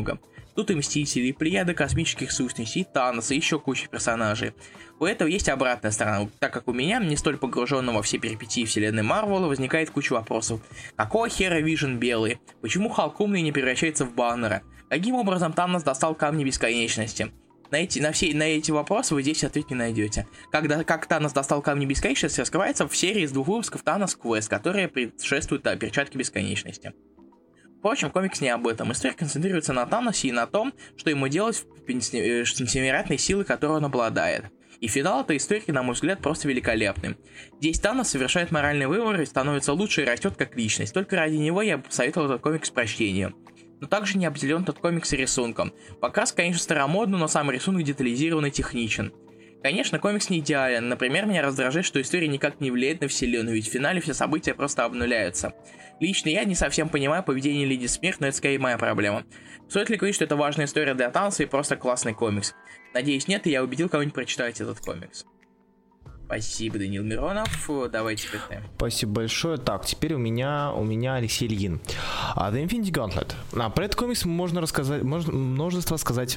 Тут и Мстители, и Плеяда космических сущностей, и Танос, и еще куча персонажей. У этого есть обратная сторона, так как у меня, не столь погруженного во все перипетии вселенной Марвела, возникает куча вопросов. Какого хера Вижн белый? Почему Халк умный не превращается в Баннера? Каким образом Танос достал камни бесконечности? На эти вопросы вы здесь ответ не найдете. Как Танос достал камни бесконечности, раскрывается в серии из 2 выпусков Танос Квест, которые предшествуют перчатке бесконечности. Впрочем, комикс не об этом. История концентрируется на Таносе и на том, что ему делать с невероятной силой, которой он обладает. И финал этой истории, на мой взгляд, просто великолепный. Здесь Танос совершает моральный выбор и становится лучше и растет как личность. Только ради него я бы посоветовал этот комикс прочтению. Но также не обделен тот комикс и рисунком. Покрас, конечно, старомодный, но сам рисунок детализирован и техничен. Конечно, комикс не идеален. Например, меня раздражает, что история никак не влияет на вселенную, ведь в финале все события просто обнуляются. Лично я не совсем понимаю поведение Леди Смерть, но это скорее моя проблема. Стоит ли говорить, что это важная история для Таноса и просто классный комикс? Надеюсь, нет, и я убедил кого-нибудь прочитать этот комикс. Спасибо, Данил Миронов. Давайте теперь ты. Спасибо большое. Так, теперь у меня Алексей Ильин. The Infinity Gauntlet. Про этот комикс можно множество сказать.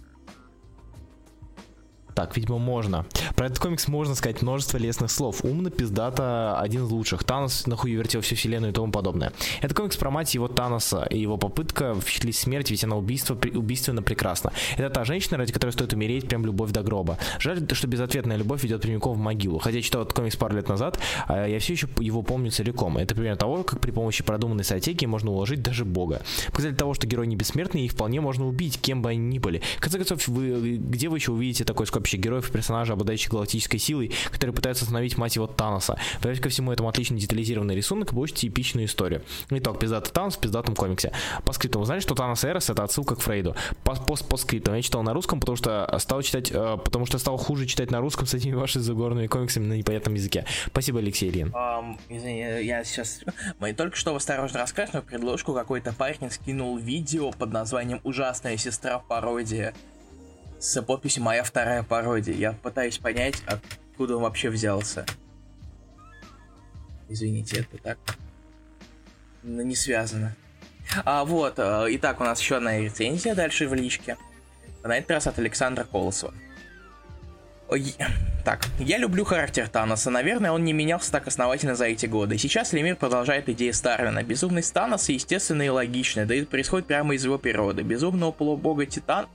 Так, видимо, можно. Про этот комикс можно сказать множество лестных слов. Умно, пиздато, один из лучших. Танос нахуй вертел всю вселенную и тому подобное. Это комикс про мать его Таноса и его попытка впечатлить смерть, ведь она убийственно прекрасна. Это та женщина, ради которой стоит умереть, прям любовь до гроба. Жаль, что безответная любовь ведет прямиком в могилу. Хотя я читал этот комикс пару лет назад, я все еще его помню целиком. Это пример того, как при помощи продуманной стратегии можно уложить даже бога. Показатель того, что герой не бессмертный, их вполне можно убить, кем бы они ни были. В конце концов, где вы еще увидите такой скопище героев и персонажей, обладающих галактической силой, которые пытаются остановить мать его Таноса? Добавить ко всему этому отлично детализированный рисунок и получите эпичную историю. Итог, пиздатый Танос в пиздатом комиксе. По скриптам, вы знали, что Танос Эрос — это отсылка к Фрейду? По скриптам, я читал на русском, потому что стал хуже читать на русском с этими вашими загорными комиксами на непонятном языке. Спасибо, Алексей Ильин. Извини, я сейчас... Мы только что в «Осторожно, раскрашенную» предложку какой-то парень скинул видео под названием «Ужасная сестра пародия» с подписью «Моя вторая пародия». Я пытаюсь понять, откуда он вообще взялся. Извините, это так не связано. Итак, у нас еще одна рецензия дальше в личке. На этот раз от Александра Колосова. Так, я люблю характер Таноса. Наверное, он не менялся так основательно за эти годы. Сейчас Лемир продолжает идеи Старлина. Безумность Таноса естественная и логичная, да и происходит прямо из его природы. Безумного полубога Титан...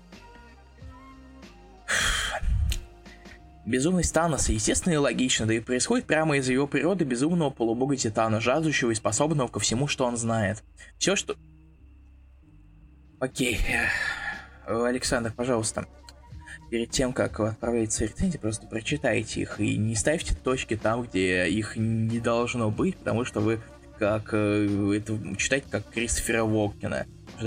Безумность Таноса естественно и логично, да и происходит прямо из его природы безумного полубога Титана, жаждущего и способного ко всему, что он знает. Все, что... Окей. Александр, пожалуйста, перед тем, как вы отправляете свои рецензии, просто прочитайте их и не ставьте точки там, где их не должно быть, потому что вы читаете как Кристофера Уокена.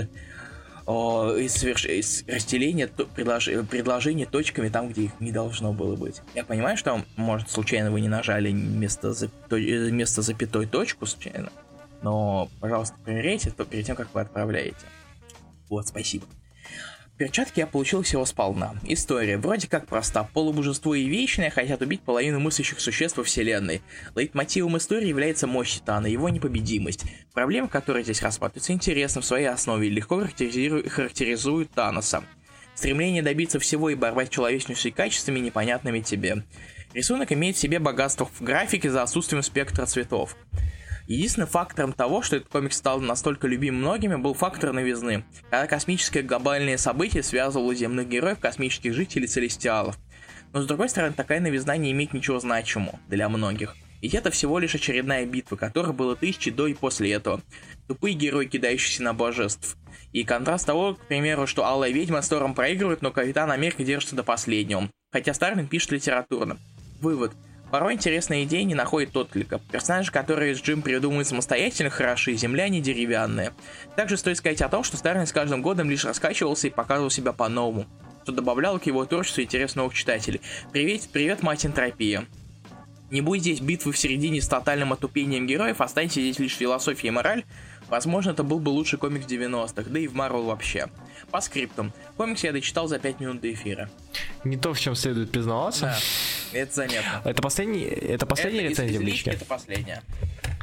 Разделение предложений точками там, где их не должно было быть. Я понимаю, что, может, случайно вы не нажали вместо запятой точку случайно, но, пожалуйста, проверяйте это перед тем, как вы отправляете. Вот, спасибо. Перчатки я получил всего сполна. История вроде как проста. Полубожество и Вечное хотят убить половину мыслящих существ во вселенной. Лейтмотивом истории является мощь Титана, его непобедимость. Проблемы, которые здесь рассматриваются, интересны в своей основе и легко характеризуют Таноса. Стремление добиться всего и борьба с человечностью и качествами, непонятными тебе. Рисунок имеет в себе богатство в графике за отсутствием спектра цветов. Единственным фактором того, что этот комикс стал настолько любим многими, был фактор новизны, когда космическое глобальное событие связывало земных героев, космических жителей, целестиалов. Но с другой стороны, такая новизна не имеет ничего значимого для многих. Ведь это всего лишь очередная битва, которой было тысячи до и после этого. Тупые герои, кидающиеся на божеств. И контраст того, к примеру, что Алая Ведьма с Тором проигрывает, но Капитан Америка держится до последнего. Хотя Старлин пишет литературно. Вывод. Порой интересные идеи не находят отклика. Персонажи, которые Джим придумывает самостоятельно, хороши, земляне деревянные. Также стоит сказать о том, что Старлин с каждым годом лишь раскачивался и показывал себя по-новому, что добавляло к его творчеству интерес новых читателей. Привет, мать энтропия. Не будь здесь битвы в середине с тотальным отупением героев, останься здесь лишь философия и мораль, возможно, это был бы лучший комикс 90-х, да и в Марвел вообще. По скриптам. Комикс я дочитал за 5 минут до эфира. Не то, в чем следует признаваться. Да, это заметно. Это последняя рецензия в личке? Это последняя.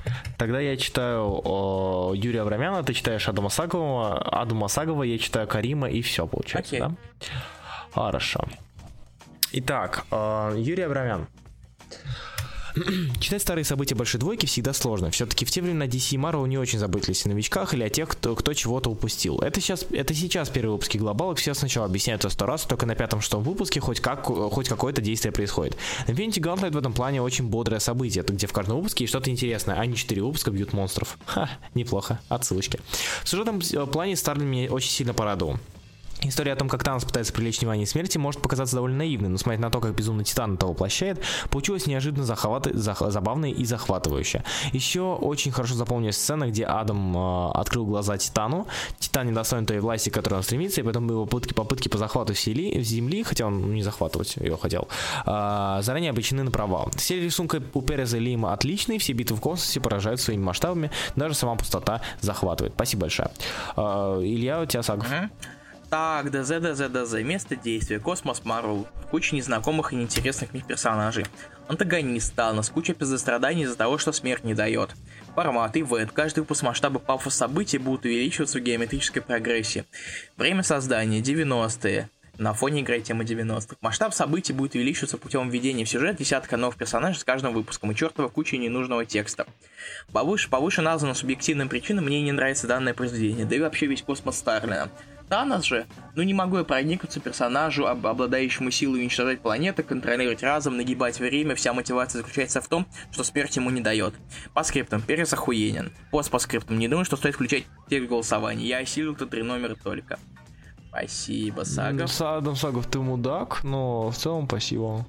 Тогда я читаю Юрия Абрамяна, ты читаешь Адама Сагова, я читаю Карима, и все получается, да? Хорошо. Итак, Юрий Абрамян. Читать старые события большой двойки всегда сложно. Все-таки в те времена DC и Marvel не очень заботились о новичках или о тех, кто чего-то упустил. Это сейчас первые выпуски глобалок, все сначала объясняются 100 раз, только на 5-6 выпуске хоть какое-то действие происходит. Infinity Gauntlet в этом плане очень бодрое событие, где в каждом выпуске есть что-то интересное, а не 4 выпуска бьют монстров. Ха, неплохо, отсылочки. В сюжетном плане Старлин меня очень сильно порадовал. История о том, как Танос пытается привлечь внимание смерти, может показаться довольно наивной, но смотреть на то, как безумный Титан это воплощает, получилось неожиданно забавно и захватывающе. Еще очень хорошо запомнилась сцена, где Адам открыл глаза Титану. Титан недостоин той власти, к которой он стремится, и потом его попытки по захвату земли, хотя он не захватывать ее хотел, заранее обречены на провал. Все рисунки у Переза и Лима отличные, все битвы в космосе поражают своими масштабами, даже сама пустота захватывает. Спасибо большое. Илья, у тебя Сагов. Так, ДЗ. Место действия. Космос, Марвел. Куча незнакомых и неинтересных мне персонажей. Антагонист Танос. Куча пиздостраданий из-за того, что смерть не дает. Формат, ивент. Каждый выпуск масштабы пафос событий будут увеличиваться в геометрической прогрессии. Время создания. 90-е. На фоне играет тема 90-х. Масштаб событий будет увеличиваться путем введения в сюжет десятка новых персонажей с каждым выпуском и чертова куча ненужного текста. Повыше названным субъективным причинам мне не нравится данное произведение, да и вообще весь космос Старлина. Танос же, не могу я проникнуться персонажу, обладающему силой уничтожать планеты, контролировать разум, нагибать время, вся мотивация заключается в том, что смерть ему не дает. По скриптам, Перес охуенен. По скриптам, не думаю, что стоит включать текст голосования, я осилил тут 3 номера только. Спасибо, Сагов. Адам Сагов, ты мудак, но в целом спасибо.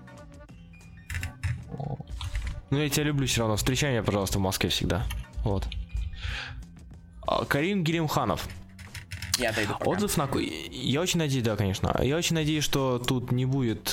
Я тебя люблю все равно, встречай меня, пожалуйста, в Москве всегда. Вот. Карим Гилемханов. Я дойду пока. Отзыв на... Я очень надеюсь, да, конечно. Я очень надеюсь, что тут не будет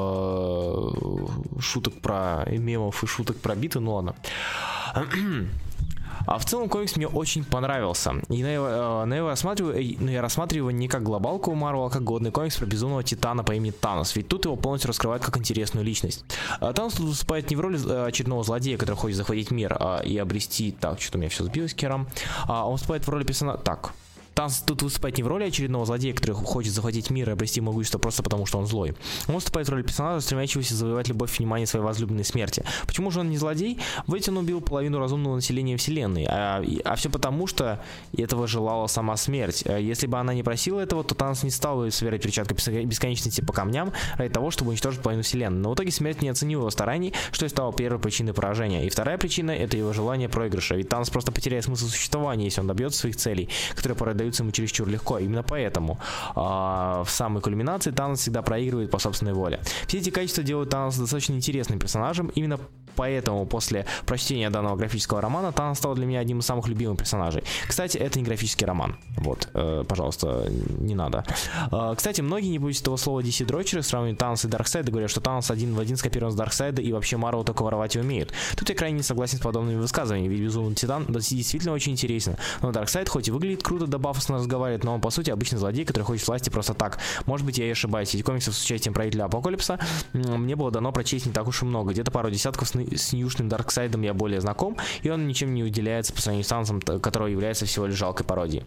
шуток про мемов и шуток про биты, ну ладно. А в целом комикс мне очень понравился. И я рассматриваю его не как глобалку у Marvel, а как годный комикс про безумного Титана по имени Танос. Ведь тут его полностью раскрывают как интересную личность. Танос тут выступает не в роли очередного злодея, который хочет захватить мир и обрести... Так, что-то у меня все сбилось, Керам. Он выступает в роли персонажа... Так... Танос тут выступает не в роли очередного злодея, который хочет захватить мир и обрести могущество просто потому, что он злой. Он выступает в роли персонажа, стремящегося завоевать любовь и внимание своей возлюбленной смерти. Почему же он не злодей? Ведь он убил половину разумного населения вселенной. А все потому, что этого желала сама смерть. Если бы она не просила этого, то Танос не стал бы собирать перчаткой бесконечности по камням ради того, чтобы уничтожить половину вселенной. Но в итоге смерть не оценила его стараний, что и стало первой причиной поражения. И вторая причина — это его желание проигрыша. Ведь Танос просто потеряет смысл существования, если он добьется своих целей, которые порой даются ему чересчур легко. Именно поэтому в самой кульминации Танос всегда проигрывает по собственной воле. Все эти качества делают Таноса достаточно интересным персонажем. Именно поэтому после прочтения данного графического романа Танос стал для меня одним из самых любимых персонажей. Кстати, это не графический роман. Вот, пожалуйста, не надо. Кстати, многие, не боюсь этого слова, DC-дрочеры сравнивают Таноса и Дарксайда, говорят, что Танос один в один скопирован с Дарксайда и вообще Marvel только воровать и умеют. Тут я крайне не согласен с подобными высказываниями, ведь безумный Титан действительно очень интересен. Но Дарксайд хоть и выглядит круто, да пафосно разговаривает, но он по сути обычный злодей, который хочет власти просто так. Может быть, я и ошибаюсь. Ведь комиксов с участием правителя Апокалипса мне было дано прочесть не так уж и много. Где-то пару десятков с Ньюшным Дарксайдом я более знаком, и он ничем не выделяется по сравнению с Таносом, который является всего лишь жалкой пародией.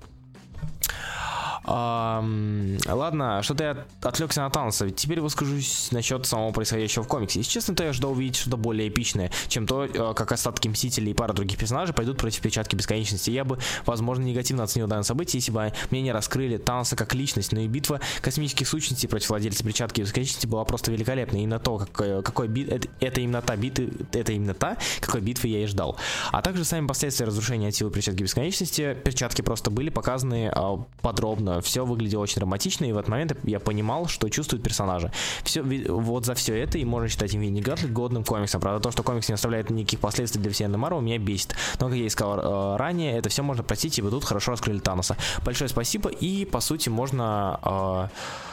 Ладно, что-то я отвлекся на Таноса, ведь теперь выскажусь насчет самого происходящего в комиксе. Если честно, то я ждал увидеть что-то более эпичное, чем то, как остатки Мстителей и пара других персонажей пойдут против Перчатки Бесконечности. Я бы, возможно, негативно оценил данное событие, если бы мне не раскрыли Таноса как личность, но и битва космических сущностей против владельца Перчатки Бесконечности была просто великолепной. И на то, это именно та, какой битвы я и ждал. А также сами последствия разрушения от силы Перчатки Бесконечности, перчатки просто были показаны подробно. Все выглядело очень драматично, и в этот момент я понимал, что чувствуют персонажи. Вот за все это и можно считать Infinity Gauntlet годным комиксом. Правда, то, что комикс не оставляет никаких последствий для вселенной Marvel, меня бесит. Но, как я и сказал ранее, это все можно простить, ибо тут хорошо раскрыли Таноса. Большое спасибо, и, по сути, можно...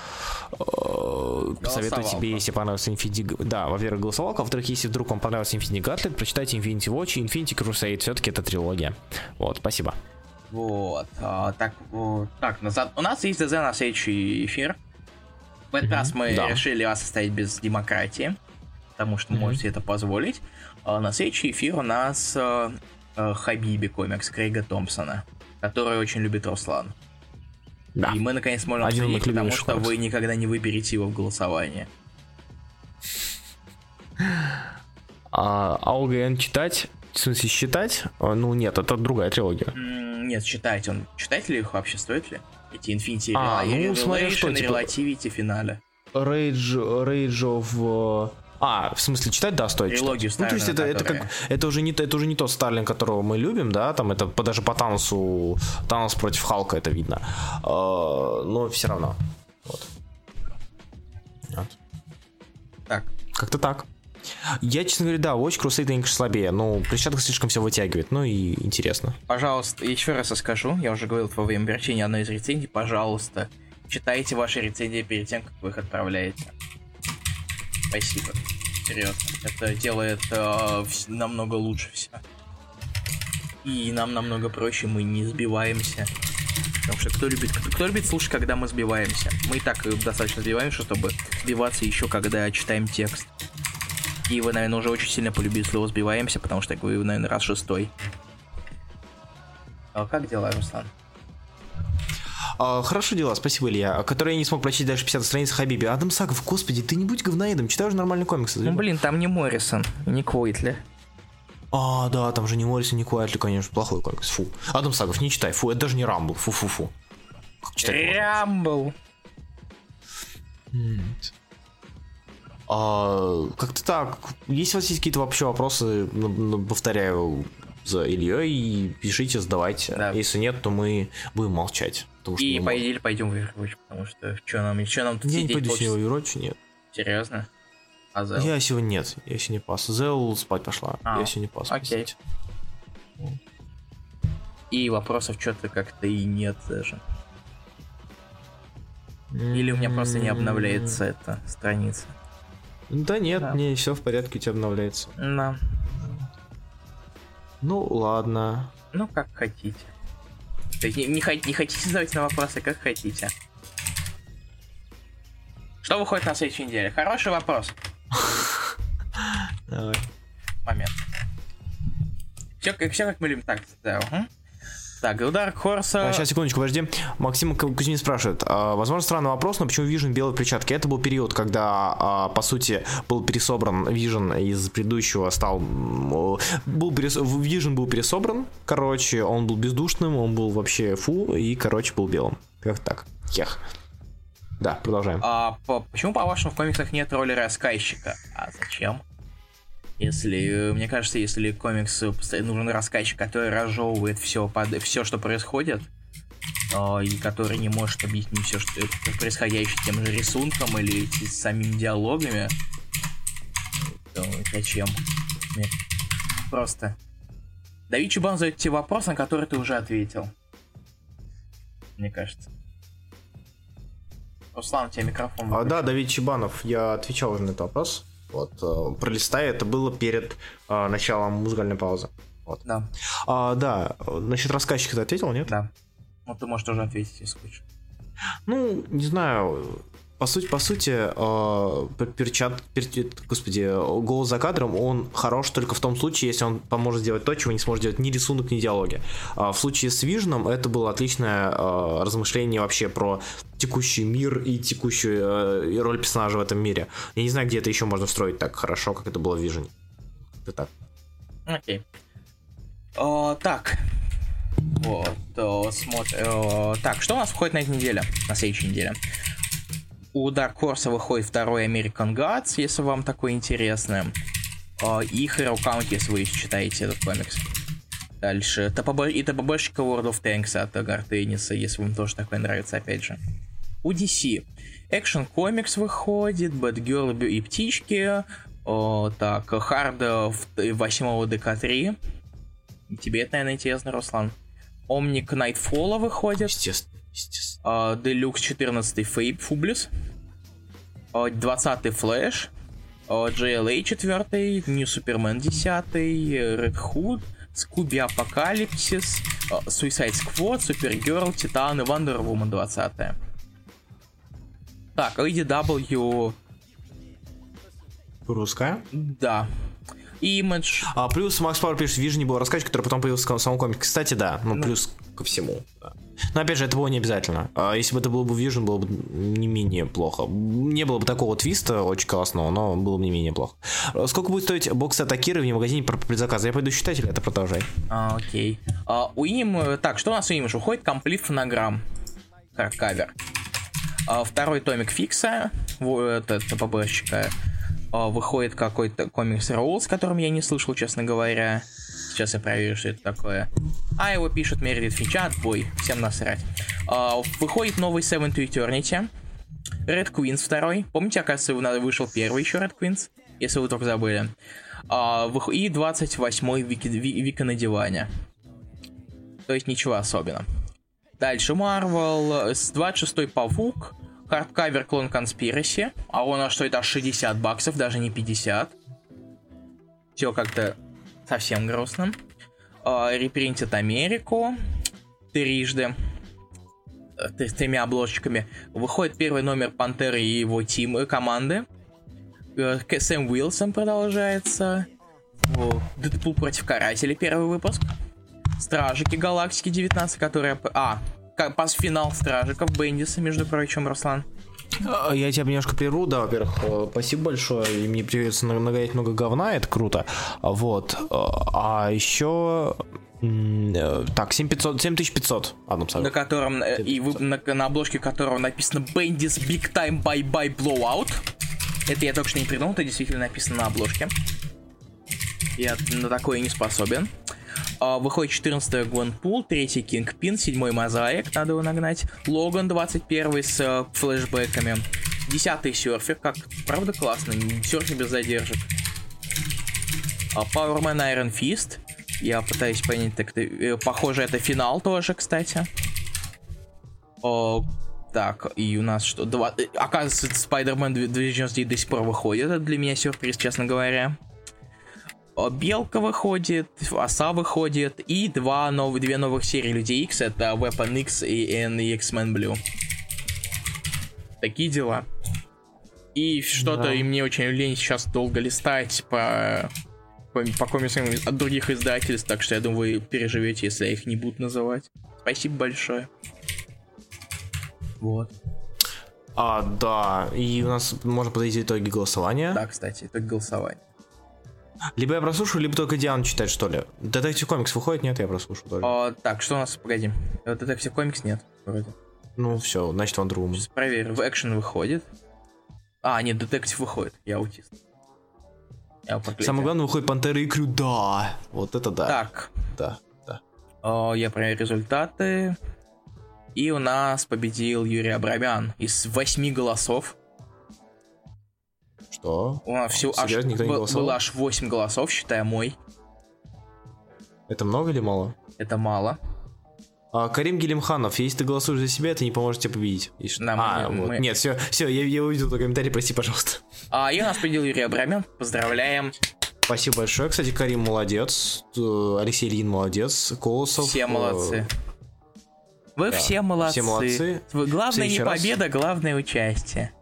Советую тебе, если понравился Infinity... Да, во-первых, голосовалка, во-вторых, если вдруг вам понравился Infinity Gauntlet, прочитайте Infinity Watch и Infinity Crusade. Все-таки это трилогия. Вот, спасибо. Вот, так, у нас есть ДЗ на следующий эфир. В этот раз мы решили вас оставить без демократии, потому что можете это позволить. На следующий эфир у нас Хабиби комикс Крейга Томпсона, который очень любит Руслан. Да. И мы наконец можем обсудить, потому что вы никогда не выберете его в голосовании. АОГН читать? В смысле считать? Ну нет, это другая трилогия. Нет, читать он. Читать ли их вообще, стоит ли? Эти Infinity Relation, Relativity, финале. Rage of... в смысле, читать, да, стоит трилогию читать. Ну, то есть это уже не тот Старлин, которого мы любим, да, там это даже по Таносу, Танос против Халка это видно. Но все равно. Вот. Так. Как-то так. Я, честно говоря, да, Watch Crusade, конечно, слабее, но Крещатка слишком все вытягивает, ну и интересно. Пожалуйста, еще раз скажу, я уже говорил во время вручения одной из рецензий, пожалуйста, читайте ваши рецензии перед тем, как вы их отправляете. Спасибо. Серьезно. Это делает намного лучше все. И нам намного проще, мы не сбиваемся. Потому что кто любит слушать, когда мы сбиваемся? Мы и так достаточно сбиваемся, чтобы сбиваться еще, когда читаем текст. И вы, наверное, уже очень сильно полюбили слово «сбиваемся», потому что, я говорю, наверное, раз 6. Как дела, Руслан? Хорошо дела, спасибо, Илья. Который я не смог прочесть даже 50 страниц Хабиби. Адам Сагов, господи, ты не будь говноедом, читай уже нормальный комикс. Ну, блин, там не Моррисон, не Квойтли. Да, там же не Моррисон, не Квойтли, конечно, плохой комикс, фу. Адам Сагов, не читай, фу, это даже не Рамбл, фу-фу-фу. Рамбл! Как-то так. Если у вас есть какие-то вообще вопросы, повторяю, за Ильей, пишите, задавайте. Да. Если нет, то мы будем молчать. И по идее пойдем в Overwatch, потому что что нам тут я не пойду сегодня в Overwatch, нет. Серьезно? А Зел? Я сегодня пас. Зел спать пошла. Я сегодня пас. Окей. И вопросов что-то как-то и нет даже. Или у меня просто не обновляется эта страница. Да нет, мне все в порядке, у тебя обновляется. Да. Ну ладно. Ну как хотите. То есть не хотите задавать на вопросы, как хотите. Что выходит на следующей неделе? Хороший вопрос. Давай. Момент. Все как мы любим. Так, да. Так, Dark Horse... Сейчас, секундочку, подожди. Максим Кузьмин спрашивает. Возможно, странный вопрос, но почему Vision белой перчатки? Это был период, когда, по сути, был пересобран Vision из предыдущего, Vision был пересобран, короче, он был бездушным, он был вообще и, короче, был белым. Как так? Хех. Да, продолжаем. Почему, по-вашему, в комиксах нет роли рассказчика? А зачем? Мне кажется, если комикс нужен рассказчик, который разжевывает все, что происходит, и который не может объяснить все, что происходящее тем же рисунком или самими диалогами, то зачем? Нет. Просто. Давид Чубан задает тебе вопрос, на который ты уже ответил. Мне кажется. Руслан, у тебя микрофон. Да, Давид Чебанов, я отвечал уже на этот вопрос. Вот, пролистаю, это было перед началом музыкальной паузы. Вот. Да. Да, насчет рассказчика ты ответил, нет? Да. Ну, ты можешь тоже ответить, если хочешь. Ну, не знаю. По сути, голос за кадром, он хорош только в том случае, если он поможет сделать то, чего не сможет делать ни рисунок, ни диалоги. В случае с Vision это было отличное размышление вообще про текущий мир и текущую роль персонажа в этом мире. Я не знаю, где это еще можно встроить так хорошо, как это было в Vision. Это так. Окей. Так. Вот, смотрим. Так, что у нас входит на этой неделе? На следующей неделе. У Dark Horse выходит второй American Gods, если вам такое интересно. И Hero Count, если вы читаете этот комикс. Дальше. И ТПБшка World of Tanks от Гартениса, если вам тоже такое нравится, опять же. У DC Action Comics выходит, Batgirl и птички. Так, Hard 8 ДК3. Тебе это, наверное, интересно, Руслан. Omnic Nightfall выходит. Естественно. Deluxe 14 Фублис, 20 Flash, JLA 4, New Superman 10, Red Hood, Scooby Apocalypse, Suicide Squad, Supergirl, Titan и Wonder Woman 20. Так, IDW... Русская? Да. Image. Плюс Макс Пауэр пишет, Vision не был рассказчик, который потом появился в самом комике. Кстати, да, плюс ко всему. Да. Но опять же, это было не обязательно. Если бы это был бы Vision, было бы не менее плохо. Не было бы такого твиста очень классного, но было бы не менее плохо. Сколько будет стоить бокс-сет Акиры в магазине про предзаказ? Я пойду считать, или это продолжай? Окей. Так, что у нас у Image? Уходит комплит фонограмм. Хардкавер. Второй томик Фикса, это ПБшечка. Выходит какой-то комикс Роуз, с которым я не слышал, честно говоря. Сейчас я проверю, что это такое. Его пишет Мередит Финча, отбой, всем насрать. Выходит новый Seven to Eternity. Red Queens 2. Помните, оказывается, вышел первый еще Red Queens? Если вы только забыли. И 28-й Вика на диване. То есть ничего особенного. Дальше Marvel, 26-й Павук, хардкавер Клон Conspiracy, а он стоит аж $60, даже не 50. Все как-то совсем грустно. Репринтит Америку трижды, с 3 обложечками. Выходит первый номер Пантеры и его команды. Сэм Уилсон продолжается. Дэдпул против Карателей, первый выпуск. Стражики Галактики 19, которые... финал Стражиков Бендиса, между прочим, Руслан. Я тебя немножко прерву, да, во-первых, спасибо большое, и мне придется нагонять много говна, это круто, вот, а еще... Так, 7500 одном слове. На котором, на обложке которого написано Bendis Big Time Bye Bye Blowout. Это я только что не придумал, это действительно написано на обложке. Я на такое не способен. Выходит 14-й Гвенпул, 3-й Кингпин, 7-й Мозаик, надо его нагнать. Логан 21-й с флешбэками. 10-й Серфер, как, правда, классно, серфер без задержек. Powerman Iron Fist. Я пытаюсь понять, похоже, это финал тоже, кстати. Так, и у нас что? Оказывается, Spider-Man 2099 до сих пор выходит. Это для меня сюрприз, честно говоря. Белка выходит, Оса выходит, и две новых серии Людей X, это Weapon X и X-Men Blue. Такие дела. И что-то, и мне очень лень сейчас долго листать по комиксам от других издательств, так что я думаю, вы переживете, если я их не буду называть. Спасибо большое. Вот. Да, и у нас можно подойти итоги голосования. Да, кстати, итоги голосования. Либо я прослушаю, либо только Диану читать, что ли. Детектив комикс выходит? Нет, я прослушаю только. Так, что у нас? Погоди. Детектив комикс нет, вроде. Ну, все, значит, он другому. Сейчас проверю. В экшен выходит. Нет, детектив выходит. Я аутист. Самое главное, выходит Пантера и Крю. Да, вот это да. Так. Да. Я проверю результаты. И у нас победил Юрий Абрамян из 8 голосов. Что? У нас было аж 8 голосов, считая мой. Это много или мало? Это мало. Карим Гелимханов, если ты голосуешь за себя, это не поможет тебе победить. Вот. Нет, все, я увидел твой комментарий, прости, пожалуйста. И у нас победил Юрий Абрамян, поздравляем. Спасибо большое, кстати, Карим молодец, Алексей Ильин молодец, Колосов. Все молодцы. Вы все молодцы. Все молодцы. Главное не победа, главное участие.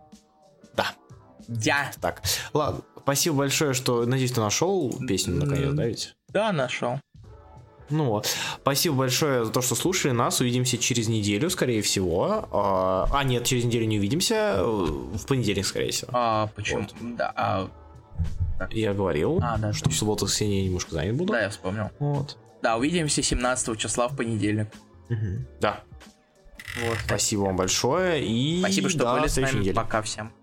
Да. Так, ладно, спасибо большое, что, надеюсь, ты нашел песню наконец, да ведь? Да, нашел. Ну вот, спасибо большое за то, что слушали нас, увидимся через неделю, скорее всего. Нет, через неделю не увидимся, в понедельник, скорее всего. Почему? Вот. Да, я говорил, что в субботу, воскресенье я немножко занят буду. Да, я вспомнил. Вот. Да, увидимся 17 числа в понедельник. Да. Вот. Спасибо вам большое и спасибо, что были с нами. Пока всем.